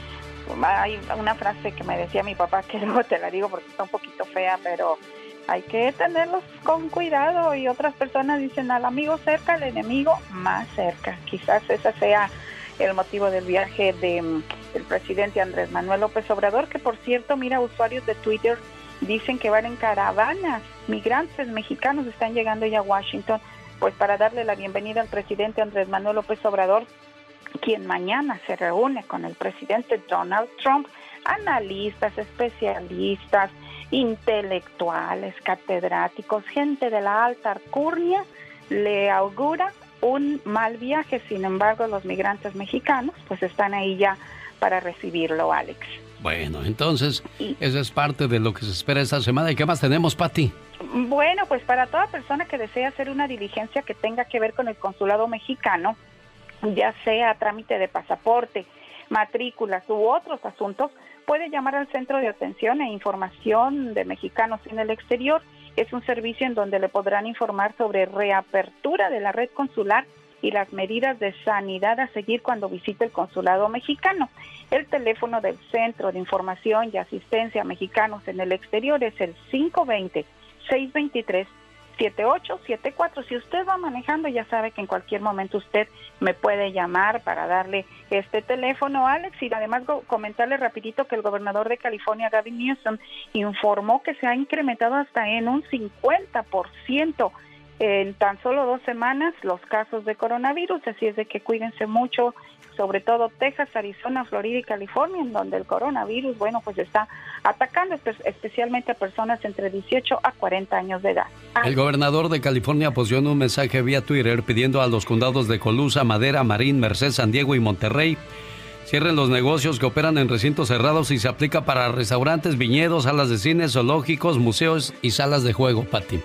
hay una frase que me decía mi papá, que luego te la digo porque está un poquito fea, pero hay que tenerlos con cuidado, y otras personas dicen al amigo cerca, al enemigo más cerca. Quizás ese sea el motivo del viaje de, del presidente Andrés Manuel López Obrador, que por cierto, mira, usuarios de Twitter dicen que van en caravanas, migrantes mexicanos están llegando ya a Washington, pues para darle la bienvenida al presidente Andrés Manuel López Obrador, quien mañana se reúne con el presidente Donald Trump. Analistas, especialistas, intelectuales, catedráticos, gente de la alta alcurnia le augura un mal viaje. Sin embargo, los migrantes mexicanos pues están ahí ya para recibirlo, Alex. Bueno, entonces, eso es parte de lo que se espera esta semana. ¿Y qué más tenemos, Pati? Bueno, pues para toda persona que desea hacer una diligencia que tenga que ver con el consulado mexicano, ya sea trámite de pasaporte, matrículas u otros asuntos, puede llamar al Centro de Atención e Información de Mexicanos en el Exterior. Es un servicio en donde le podrán informar sobre reapertura de la red consular y las medidas de sanidad a seguir cuando visite el consulado mexicano. El teléfono del Centro de Información y Asistencia a Mexicanos en el Exterior es el cinco dos cero, seis dos tres, siete ocho siete cuatro. Si usted va manejando, ya sabe que en cualquier momento usted me puede llamar para darle este teléfono, Alex, y además comentarle rapidito que el gobernador de California, Gavin Newsom, informó que se ha incrementado hasta en un cincuenta por ciento en tan solo dos semanas los casos de coronavirus, así es de que cuídense mucho, sobre todo Texas, Arizona, Florida y California, en donde el coronavirus, bueno, pues está atacando espe- especialmente a personas entre dieciocho a cuarenta años de edad. El gobernador de California posó en un mensaje vía Twitter pidiendo a los condados de Colusa, Madera, Marín, Merced, San Diego y Monterrey cierren los negocios que operan en recintos cerrados y se aplica para restaurantes, viñedos, salas de cine, zoológicos, museos y salas de juego, Pati.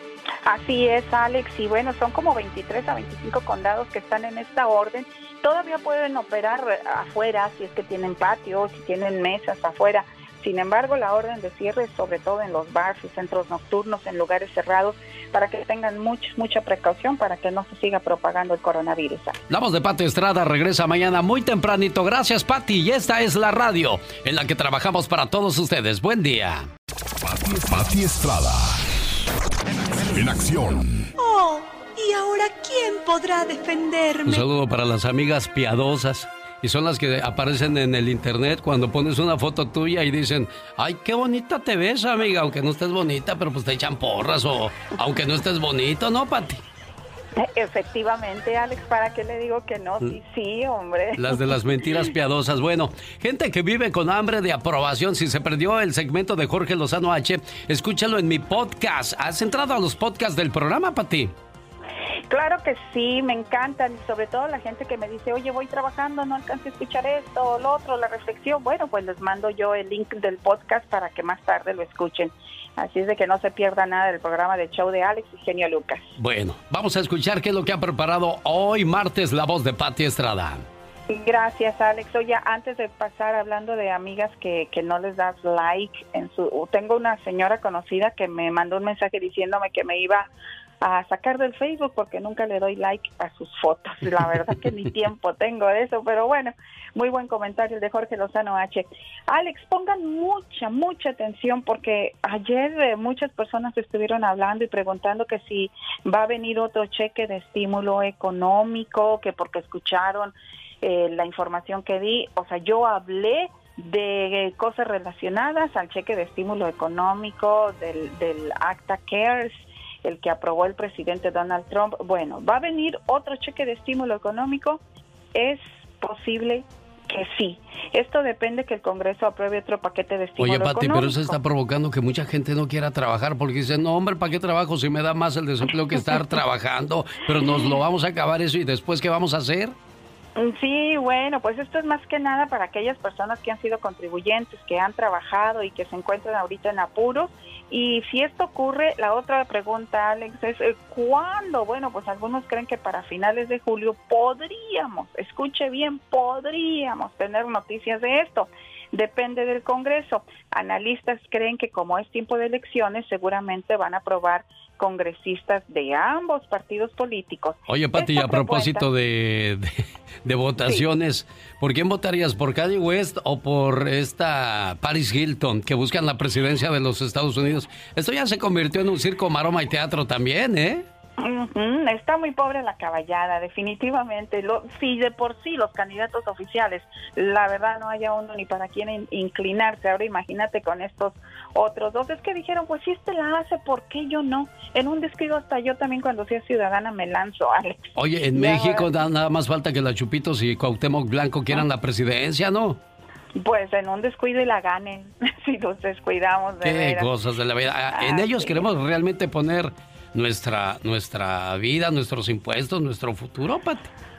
Así es, Alex, y bueno, son como veintitrés a veinticinco condados que están en esta orden. Todavía pueden operar afuera si es que tienen patio, si tienen mesas afuera. Sin embargo, la orden de cierre es sobre todo en los bares y centros nocturnos, en lugares cerrados, para que tengan mucha, mucha precaución para que no se siga propagando el coronavirus. La voz de Pati Estrada regresa mañana muy tempranito. Gracias, Pati, y esta es la radio en la que trabajamos para todos ustedes. Buen día. Pati, Pati Estrada. En acción. Oh, ¿y ahora quién podrá defenderme? Un saludo para las amigas piadosas. Y son las que aparecen en el internet cuando pones una foto tuya y dicen, ay, qué bonita te ves, amiga, aunque no estés bonita, pero pues te echan porras, o aunque no estés bonito, ¿no, Pati? Efectivamente, Alex, ¿para qué le digo que no? Sí, sí, hombre. Las de las mentiras piadosas. Bueno, gente que vive con hambre de aprobación. Si se perdió el segmento de Jorge Lozano H, escúchalo en mi podcast. ¿Has entrado a los podcasts del programa, Pati? Claro que sí, me encantan, y sobre todo la gente que me dice, oye, voy trabajando, no alcancé a escuchar esto o lo otro, la reflexión. Bueno, pues les mando yo el link del podcast para que más tarde lo escuchen. Así es de que no se pierda nada del programa de show de Alex y Genio Lucas. Bueno, vamos a escuchar qué es lo que ha preparado hoy martes la voz de Pati Estrada. Gracias, Alex. Oye, antes de pasar hablando de amigas que, que no les das like en su... Tengo una señora conocida que me mandó un mensaje diciéndome que me iba a sacar del Facebook porque nunca le doy like a sus fotos. La verdad que ni tiempo tengo de eso, pero bueno, muy buen comentario el de Jorge Lozano H. Alex, pongan mucha, mucha atención porque ayer eh, muchas personas estuvieron hablando y preguntando que si va a venir otro cheque de estímulo económico, que porque escucharon eh, la información que di. O sea, yo hablé de cosas relacionadas al cheque de estímulo económico, del, del Acta Cares, el que aprobó el presidente Donald Trump. Bueno, ¿va a venir otro cheque de estímulo económico? Es posible que sí. Esto depende que el Congreso apruebe otro paquete de estímulo económico. Oye, Pati, pero eso está provocando que mucha gente no quiera trabajar porque dicen, no, hombre, ¿para qué trabajo si me da más el desempleo que estar trabajando? Pero nos lo vamos a acabar eso y después, ¿qué vamos a hacer? Sí, bueno, pues esto es más que nada para aquellas personas que han sido contribuyentes, que han trabajado y que se encuentran ahorita en apuros. Y si esto ocurre, la otra pregunta, Alex, es ¿cuándo? Bueno, pues algunos creen que para finales de julio podríamos, escuche bien, podríamos tener noticias de esto. depende del Congreso. Analistas creen que como es tiempo de elecciones, seguramente van a aprobar congresistas de ambos partidos políticos. Oye, Pati, a propósito de, de, de votaciones, sí. ¿Por quién votarías? ¿Por Kanye West o por esta Paris Hilton, que buscan la presidencia de los Estados Unidos? Esto ya se convirtió en un circo, maroma y teatro también, ¿eh? Uh-huh. Está muy pobre la caballada, definitivamente. Lo, si de por sí los candidatos oficiales, la verdad no haya uno ni para quién in, inclinarse, ahora imagínate con estos otros dos. Es que dijeron, pues si este la hace, ¿por qué yo no? En un descuido hasta yo también cuando sea ciudadana me lanzo, Alex. Oye, en y México ahora... nada más falta que la Chupitos y Cuauhtémoc Blanco quieran la presidencia, ¿no? Pues en un descuido y la ganen, si nos descuidamos de Qué veras. cosas de la vida. En ah, ellos sí. Queremos realmente poner nuestra nuestra vida, nuestros impuestos, nuestro futuro, Pat.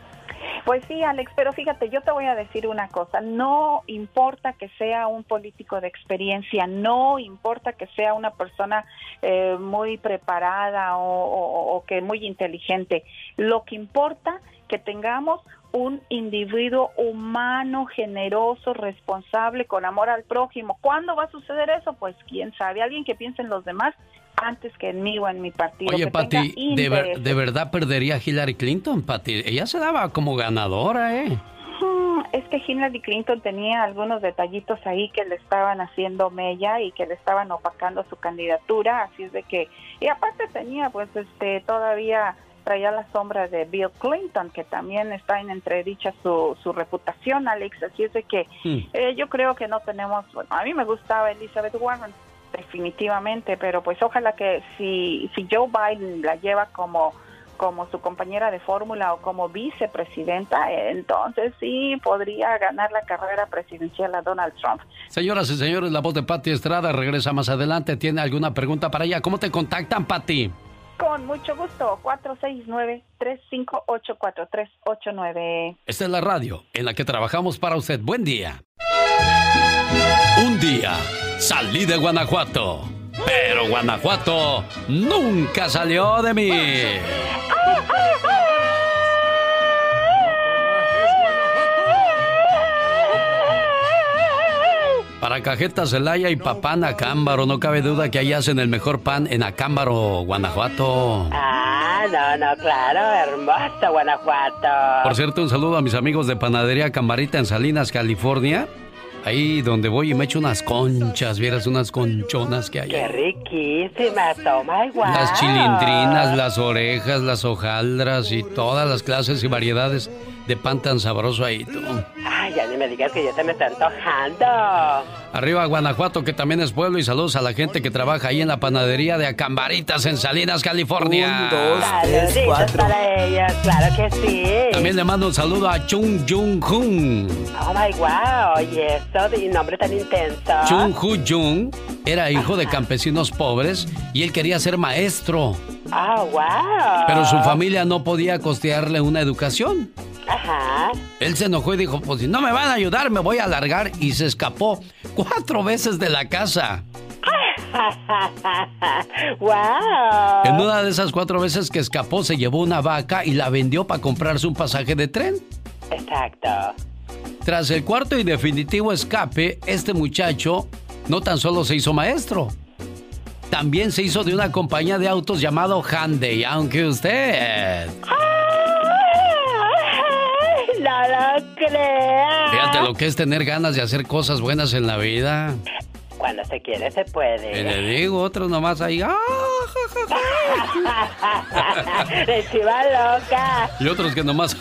Pues sí, Alex, pero fíjate, yo te voy a decir una cosa, no importa que sea un político de experiencia, no importa que sea una persona eh, muy preparada o, o, o que muy inteligente, lo que importa que tengamos un individuo humano, generoso, responsable, con amor al prójimo. ¿Cuándo va a suceder eso? Pues quién sabe, alguien que piense en los demás antes que en mí o en mi partido. Oye, Pati, ¿de, ver, ¿de verdad perdería Hillary Clinton, Pati? Ella se daba como ganadora, ¿eh? Hmm, es que Hillary Clinton tenía algunos detallitos ahí que le estaban haciendo mella y que le estaban opacando su candidatura, así es de que... Y aparte tenía, pues, este, todavía... traía la sombra de Bill Clinton, que también está en entredicha su, su reputación, Alex, así es de que mm. eh, yo creo que no tenemos, bueno, a mí me gustaba Elizabeth Warren, definitivamente, pero pues ojalá que si, si Joe Biden la lleva como, como su compañera de fórmula o como vicepresidenta, entonces sí podría ganar la carrera presidencial a Donald Trump. Señoras y señores, la voz de Pati Estrada regresa más adelante. ¿Tiene alguna pregunta para ella? ¿Cómo te contactan, Pati? Con mucho gusto, cuatro seis nueve, tres cinco ocho, cuatro tres ocho nueve. Esta es la radio en la que trabajamos para usted. Buen día. Un día salí de Guanajuato, pero Guanajuato nunca salió de mí. Para Cajeta, Celaya y Papán, Acámbaro, no cabe duda que ahí hacen el mejor pan en Acámbaro, Guanajuato. Ah, no, no, claro, hermoso Guanajuato. Por cierto, un saludo a mis amigos de Panadería Cambarita en Salinas, California. Ahí donde voy y me echo unas conchas, vieras unas conchonas que hay. ¡Qué riquísimas! ¡Oh, my God! Las chilindrinas, las orejas, las hojaldras y todas las clases y variedades de pan tan sabroso ahí, tú. Ay, ya ni me digas que ya se me está antojando. Arriba Guanajuato, que también es pueblo, y saludos a la gente que trabaja ahí en la panadería de Acambaritas en Salinas, California. Un, dos, tres, cuatro. Para ellos, claro que sí. También le mando un saludo a Chung Jung Jung. Oh my wow, oye, eso de nombre tan intenso. Chung Hu Jung era hijo Ajá. de campesinos pobres y él quería ser maestro. Ah, oh, wow. Pero su familia no podía costearle una educación. Ajá. Él se enojó y dijo, pues si no me van a ayudar, me voy a largar. Y se escapó cuatro veces de la casa. ¡Wow! En una de esas cuatro veces que escapó, se llevó una vaca y la vendió para comprarse un pasaje de tren. Exacto. Tras el cuarto y definitivo escape, este muchacho no tan solo se hizo maestro, también se hizo de una compañía de autos llamado Hyundai, aunque usted... ¡No lo crea! Fíjate lo que es tener ganas de hacer cosas buenas en la vida. Cuando se quiere, se puede. Y le digo, otros nomás ahí... ¡Ah, ¡De chiva loca! Y otros que nomás...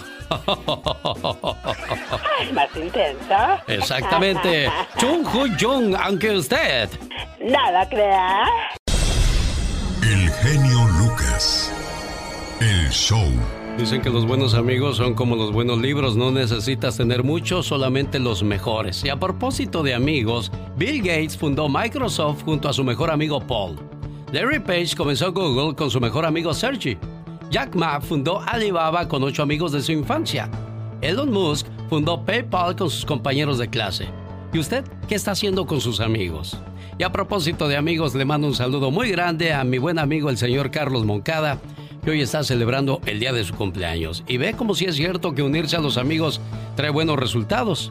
¿Más intenso? Exactamente. Chung Hu Jung, aunque usted... No lo crea. El genio Lucas. El show. Dicen que los buenos amigos son como los buenos libros, no necesitas tener muchos, solamente los mejores. Y a propósito de amigos, Bill Gates fundó Microsoft junto a su mejor amigo Paul. Larry Page comenzó Google con su mejor amigo Sergey. Jack Ma fundó Alibaba con ocho amigos de su infancia. Elon Musk fundó PayPal con sus compañeros de clase. ¿Y usted qué está haciendo con sus amigos? Y a propósito de amigos, le mando un saludo muy grande a mi buen amigo el señor Carlos Moncada, que hoy está celebrando el día de su cumpleaños. Y ve como si es cierto que unirse a los amigos trae buenos resultados.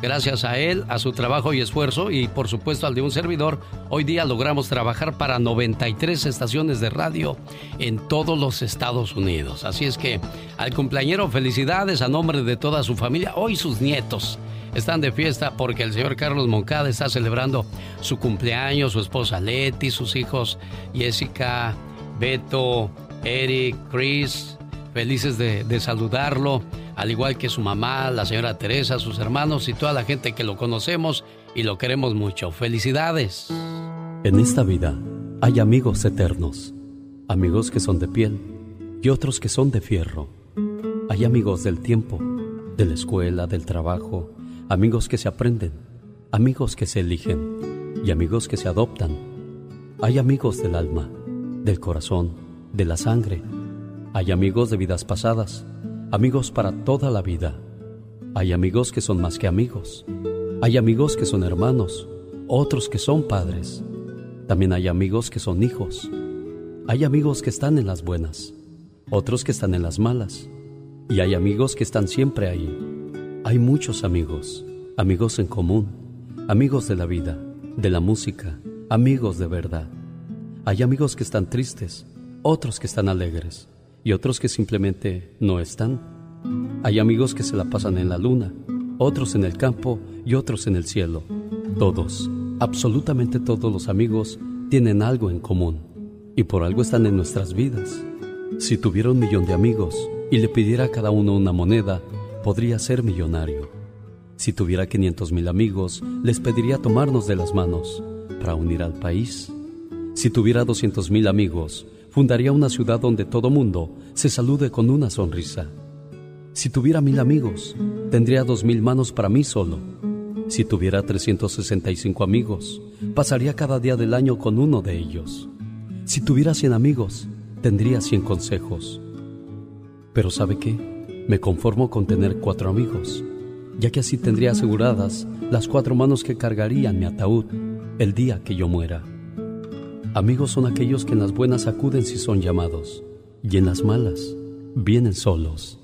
Gracias a él, a su trabajo y esfuerzo y por supuesto al de un servidor, hoy día logramos trabajar para noventa y tres estaciones de radio en todos los Estados Unidos. Así es que al cumpleañero felicidades a nombre de toda su familia. Hoy sus nietos están de fiesta porque el señor Carlos Moncada está celebrando su cumpleaños, su esposa Leti, sus hijos Jessica, Beto, Eric, Chris, felices de, de saludarlo. Al igual que su mamá, la señora Teresa, sus hermanos y toda la gente que lo conocemos y lo queremos mucho. ¡Felicidades! En esta vida hay amigos eternos, amigos que son de piel y otros que son de fierro. Hay amigos del tiempo, de la escuela, del trabajo, amigos que se aprenden, amigos que se eligen y amigos que se adoptan. Hay amigos del alma, del corazón, de la sangre. Hay amigos de vidas pasadas, amigos para toda la vida. Hay amigos que son más que amigos. Hay amigos que son hermanos, otros que son padres. También hay amigos que son hijos. Hay amigos que están en las buenas, otros que están en las malas. Y hay amigos que están siempre ahí. Hay muchos amigos, amigos en común, amigos de la vida, de la música, amigos de verdad. Hay amigos que están tristes, otros que están alegres y otros que simplemente no están. Hay amigos que se la pasan en la luna, otros en el campo y otros en el cielo. Todos, absolutamente todos los amigos tienen algo en común y por algo están en nuestras vidas. Si tuviera un millón de amigos y le pidiera a cada uno una moneda, podría ser millonario. Si tuviera quinientos mil amigos, les pediría tomarnos de las manos para unir al país. Si tuviera doscientos mil amigos, fundaría una ciudad donde todo mundo se salude con una sonrisa. Si tuviera mil amigos, tendría dos mil manos para mí solo. Si tuviera trescientos sesenta y cinco amigos, pasaría cada día del año con uno de ellos. Si tuviera cien amigos, tendría cien consejos. Pero ¿sabe qué? Me conformo con tener cuatro amigos, ya que así tendría aseguradas las cuatro manos que cargarían mi ataúd el día que yo muera. Amigos son aquellos que en las buenas acuden si son llamados, y en las malas vienen solos.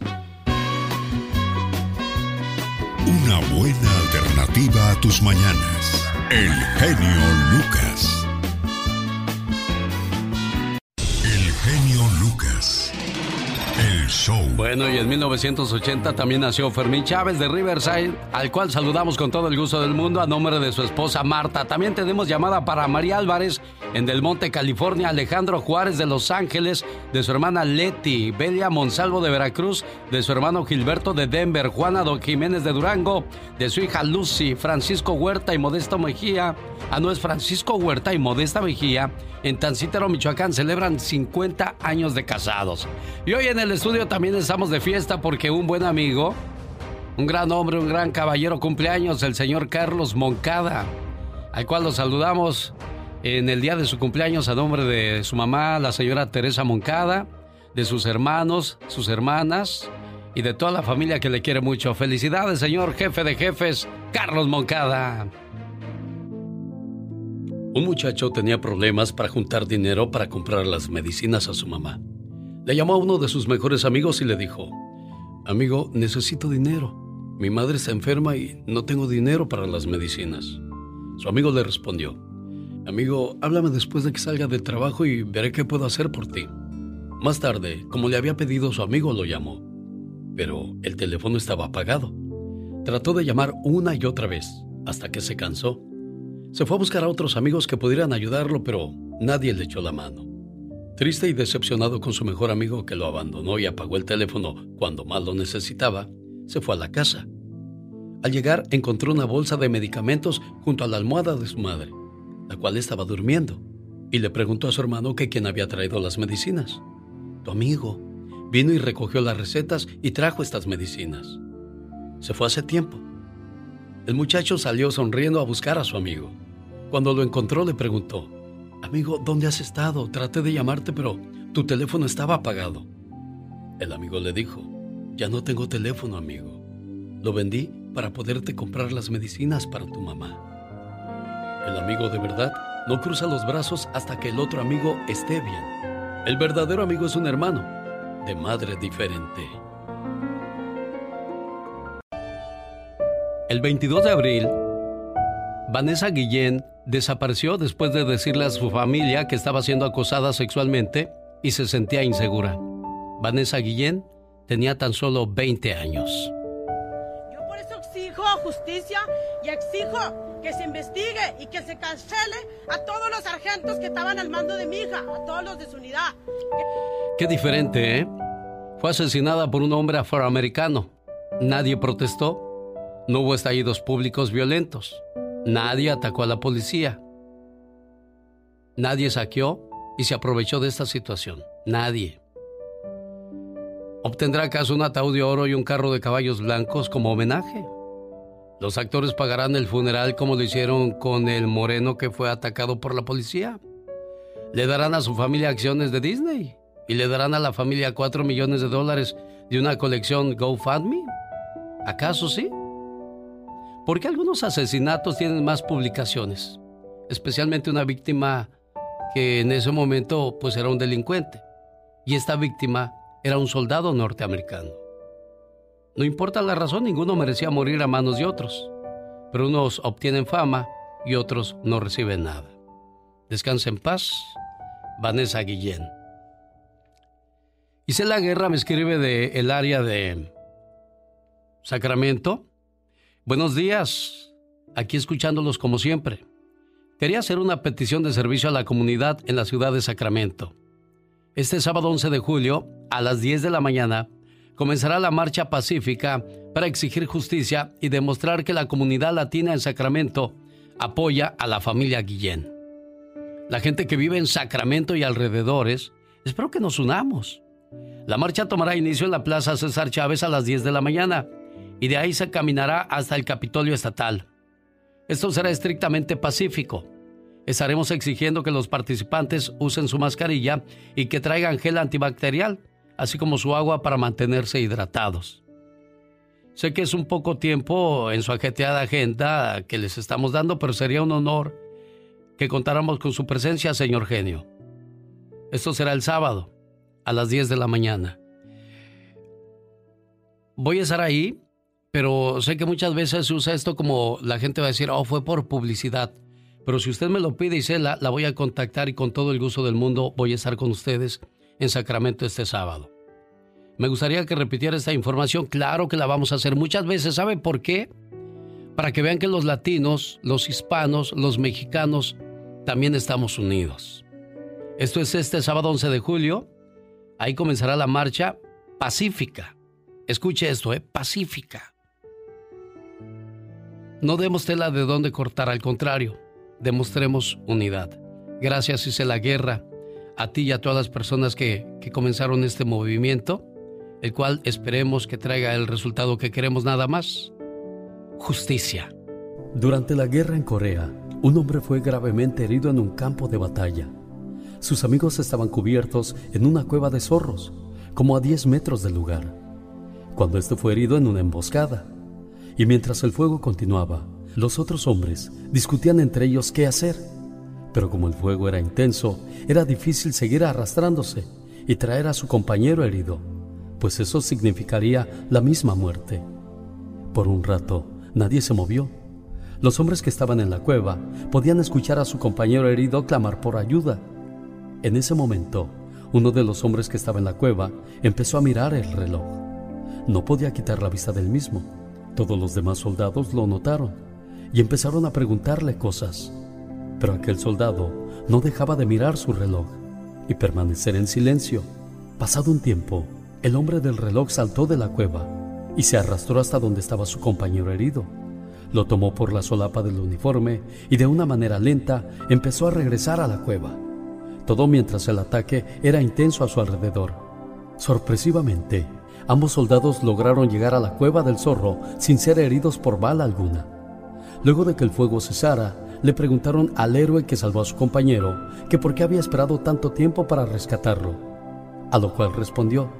Una buena alternativa a tus mañanas. El genio Lucas. El genio Lucas. El show. Bueno, y en mil novecientos ochenta también nació Fermín Chávez de Riverside, al cual saludamos con todo el gusto del mundo a nombre de su esposa Marta. También tenemos llamada para María Álvarez en Del Monte, California, Alejandro Juárez de Los Ángeles, de su hermana Leti, Belia Monsalvo de Veracruz, de su hermano Gilberto de Denver, Juana Don Jiménez de Durango, de su hija Lucy, Francisco Huerta y Modesta Mejía. Ah, no, es Francisco Huerta y Modesta Mejía. En Tancítaro, Michoacán, celebran cincuenta años de casados. Y hoy en el estudio también estamos de fiesta porque un buen amigo, un gran hombre, un gran caballero, cumpleaños, el señor Carlos Moncada, al cual lo saludamos en el día de su cumpleaños a nombre de su mamá, la señora Teresa Moncada, de sus hermanos, sus hermanas y de toda la familia que le quiere mucho. Felicidades, señor jefe de jefes, Carlos Moncada. Un muchacho tenía problemas para juntar dinero para comprar las medicinas a su mamá. Le llamó a uno de sus mejores amigos y le dijo: amigo, necesito dinero. Mi madre está enferma y no tengo dinero para las medicinas. Su amigo le respondió: amigo, háblame después de que salga del trabajo y veré qué puedo hacer por ti. Más tarde, como le había pedido, su amigo lo llamó, pero el teléfono estaba apagado. Trató de llamar una y otra vez, hasta que se cansó. Se fue a buscar a otros amigos que pudieran ayudarlo, pero nadie le echó la mano. Triste y decepcionado con su mejor amigo que lo abandonó y apagó el teléfono cuando más lo necesitaba, se fue a la casa. Al llegar, encontró una bolsa de medicamentos junto a la almohada de su madre, la cual estaba durmiendo, y le preguntó a su hermano que quién había traído las medicinas. Tu amigo vino y recogió las recetas y trajo estas medicinas. Se fue hace tiempo. El muchacho salió sonriendo a buscar a su amigo. Cuando lo encontró le preguntó: amigo, ¿dónde has estado? Traté de llamarte, pero tu teléfono estaba apagado. El amigo le dijo: ya no tengo teléfono, amigo. Lo vendí para poderte comprar las medicinas para tu mamá. El amigo de verdad no cruza los brazos hasta que el otro amigo esté bien. El verdadero amigo es un hermano de madre diferente. El veintidós de abril, Vanessa Guillén desapareció después de decirle a su familia que estaba siendo acosada sexualmente y se sentía insegura. Vanessa Guillén tenía tan solo veinte años. Yo por eso exijo justicia y exijo que se investigue y que se cancele a todos los sargentos que estaban al mando de mi hija, a todos los de su unidad. Qué diferente, ¿eh? Fue asesinada por un hombre afroamericano. Nadie protestó. No hubo estallidos públicos violentos. Nadie atacó a la policía. Nadie saqueó y se aprovechó de esta situación. Nadie. ¿Obtendrá acaso un ataúd de oro y un carro de caballos blancos como homenaje? ¿Los actores pagarán el funeral como lo hicieron con el moreno que fue atacado por la policía? ¿Le darán a su familia acciones de Disney? ¿Y le darán a la familia cuatro millones de dólares de una colección GoFundMe? ¿Acaso sí? ¿Por qué algunos asesinatos tienen más publicaciones? Especialmente una víctima que en ese momento pues era un delincuente. Y esta víctima era un soldado norteamericano. No importa la razón, ninguno merecía morir a manos de otros. Pero unos obtienen fama y otros no reciben nada. Descansa en paz, Vanessa Guillén. Isela Guerra me escribe de el área de Sacramento. Buenos días, aquí escuchándolos como siempre. Quería hacer una petición de servicio a la comunidad en la ciudad de Sacramento. Este sábado once de julio, a las diez de la mañana, comenzará la marcha pacífica para exigir justicia y demostrar que la comunidad latina en Sacramento apoya a la familia Guillén. La gente que vive en Sacramento y alrededores, espero que nos unamos. La marcha tomará inicio en la Plaza César Chávez a las diez de la mañana y de ahí se caminará hasta el Capitolio Estatal. Esto será estrictamente pacífico. Estaremos exigiendo que los participantes usen su mascarilla y que traigan gel antibacterial, así como su agua para mantenerse hidratados. Sé que es un poco tiempo en su ajetreada agenda que les estamos dando, pero sería un honor que contáramos con su presencia, señor genio. Esto será el sábado, a las diez de la mañana. Voy a estar ahí, pero sé que muchas veces se usa esto como la gente va a decir, oh, fue por publicidad. Pero si usted me lo pide, Isela, la voy a contactar y con todo el gusto del mundo voy a estar con ustedes en Sacramento este sábado. Me gustaría que repitiera esta información. Claro que la vamos a hacer muchas veces. ¿Sabe por qué? Para que vean que los latinos, los hispanos, los mexicanos también estamos unidos. Esto es este sábado once de julio. Ahí comenzará la marcha pacífica. Escuche esto, ¿eh? Pacífica. No demos tela de dónde cortar, al contrario, demostremos unidad. Gracias, Isela Guerra, a ti y a todas las personas que, que comenzaron este movimiento, el cual esperemos que traiga el resultado que queremos, nada más: justicia. Durante la guerra en Corea, un hombre fue gravemente herido en un campo de batalla. Sus amigos estaban cubiertos en una cueva de zorros, como a diez metros del lugar, cuando este fue herido en una emboscada. Y mientras el fuego continuaba, los otros hombres discutían entre ellos qué hacer. Pero como el fuego era intenso, era difícil seguir arrastrándose y traer a su compañero herido, pues eso significaría la misma muerte. Por un rato, nadie se movió. Los hombres que estaban en la cueva podían escuchar a su compañero herido clamar por ayuda. En ese momento, uno de los hombres que estaba en la cueva empezó a mirar el reloj. No podía quitar la vista del mismo. Todos los demás soldados lo notaron y empezaron a preguntarle cosas. Pero aquel soldado no dejaba de mirar su reloj y permanecer en silencio. Pasado un tiempo, el hombre del reloj saltó de la cueva y se arrastró hasta donde estaba su compañero herido. Lo tomó por la solapa del uniforme y de una manera lenta empezó a regresar a la cueva. Todo mientras el ataque era intenso a su alrededor. Sorpresivamente, ambos soldados lograron llegar a la cueva del zorro sin ser heridos por bala alguna. Luego de que el fuego cesara, le preguntaron al héroe que salvó a su compañero que por qué había esperado tanto tiempo para rescatarlo. A lo cual respondió: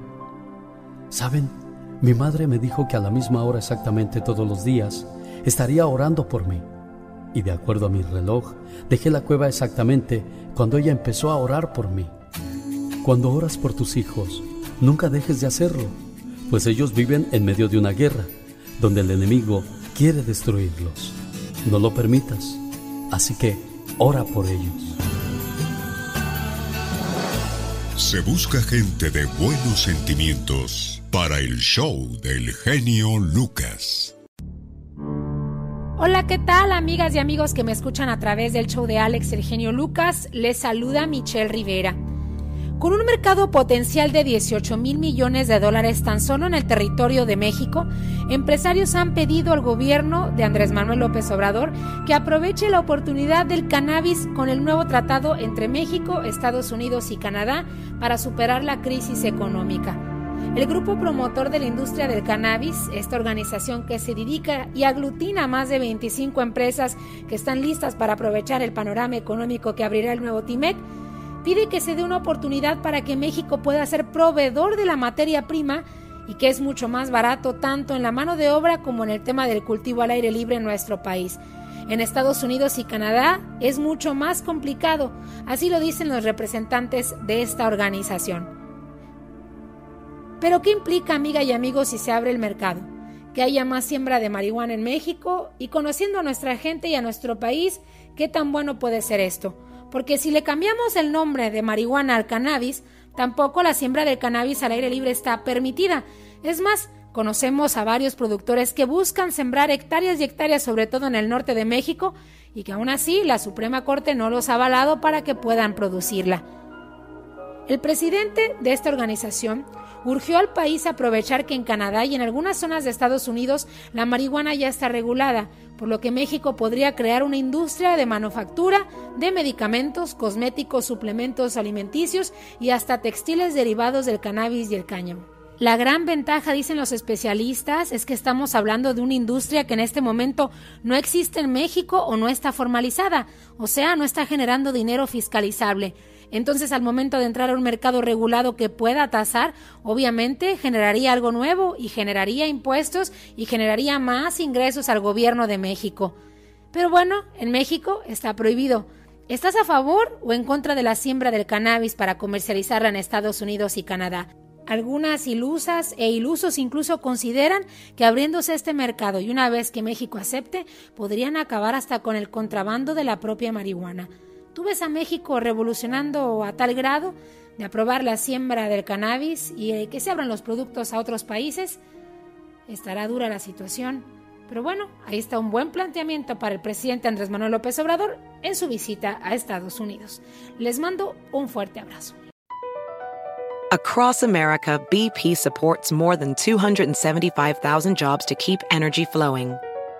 ¿saben? Mi madre me dijo que a la misma hora exactamente todos los días estaría orando por mí. Y de acuerdo a mi reloj, dejé la cueva exactamente cuando ella empezó a orar por mí. Cuando oras por tus hijos, nunca dejes de hacerlo, pues ellos viven en medio de una guerra, donde el enemigo quiere destruirlos. No lo permitas. Así que ora por ellos. Se busca gente de buenos sentimientos para el show del genio Lucas. Hola, ¿qué tal, amigas y amigos que me escuchan a través del show de Alex, el genio Lucas? Les saluda Michelle Rivera. Con un mercado potencial de dieciocho mil millones de dólares tan solo en el territorio de México, empresarios han pedido al gobierno de Andrés Manuel López Obrador que aproveche la oportunidad del cannabis con el nuevo tratado entre México, Estados Unidos y Canadá para superar la crisis económica. El grupo promotor de la industria del cannabis, esta organización que se dedica y aglutina a más de veinticinco empresas que están listas para aprovechar el panorama económico que abrirá el nuevo TIMEC, pide que se dé una oportunidad para que México pueda ser proveedor de la materia prima y que es mucho más barato tanto en la mano de obra como en el tema del cultivo al aire libre en nuestro país. En Estados Unidos y Canadá es mucho más complicado, así lo dicen los representantes de esta organización. Pero ¿qué implica, amiga y amigos, si se abre el mercado? Que haya más siembra de marihuana en México y conociendo a nuestra gente y a nuestro país, ¿qué tan bueno puede ser esto? Porque si le cambiamos el nombre de marihuana al cannabis, tampoco la siembra del cannabis al aire libre está permitida. Es más, conocemos a varios productores que buscan sembrar hectáreas y hectáreas, sobre todo en el norte de México, y que aún así la Suprema Corte no los ha avalado para que puedan producirla. El presidente de esta organización urgió al país a aprovechar que en Canadá y en algunas zonas de Estados Unidos la marihuana ya está regulada, por lo que México podría crear una industria de manufactura de medicamentos, cosméticos, suplementos alimenticios y hasta textiles derivados del cannabis y el cáñamo. La gran ventaja, dicen los especialistas, es que estamos hablando de una industria que en este momento no existe en México o no está formalizada, o sea, no está generando dinero fiscalizable. Entonces, al momento de entrar a un mercado regulado que pueda tasar, obviamente generaría algo nuevo y generaría impuestos y generaría más ingresos al gobierno de México. Pero bueno, en México está prohibido. ¿Estás a favor o en contra de la siembra del cannabis para comercializarla en Estados Unidos y Canadá? Algunas ilusas e ilusos incluso consideran que abriéndose este mercado y una vez que México acepte, podrían acabar hasta con el contrabando de la propia marihuana. ¿Tú ves a México revolucionando a tal grado de aprobar la siembra del cannabis y que se abran los productos a otros países? Estará dura la situación, pero bueno, ahí está un buen planteamiento para el presidente Andrés Manuel López Obrador en su visita a Estados Unidos. Les mando un fuerte abrazo. Across America, B P supports more than two hundred seventy-five thousand jobs to keep energy flowing.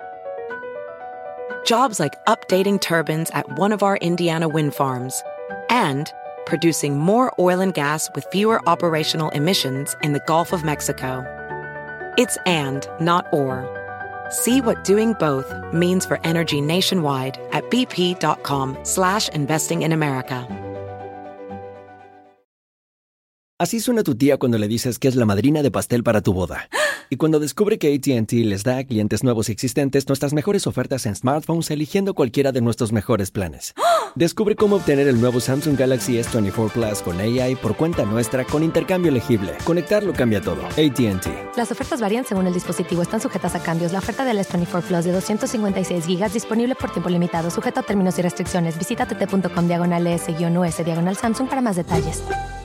Jobs like updating turbines at one of our Indiana wind farms and producing more oil and gas with fewer operational emissions in the Gulf of Mexico. It's and, not or. See what doing both means for energy nationwide at bp.com slash investing in America. Así suena tu tía cuando le dices que es la madrina de pastel para tu boda. Y cuando descubre que A T and T les da a clientes nuevos y existentes nuestras mejores ofertas en smartphones eligiendo cualquiera de nuestros mejores planes. Descubre cómo obtener el nuevo Samsung Galaxy S veinticuatro Plus con A I por cuenta nuestra con intercambio elegible. Conectarlo cambia todo. A T and T. Las ofertas varían según el dispositivo. Están sujetas a cambios. La oferta del S veinticuatro Plus de doscientos cincuenta y seis gigas disponible por tiempo limitado. Sujeto a términos y restricciones. Visita tt.com diagonal S-U S diagonal Samsung para más detalles.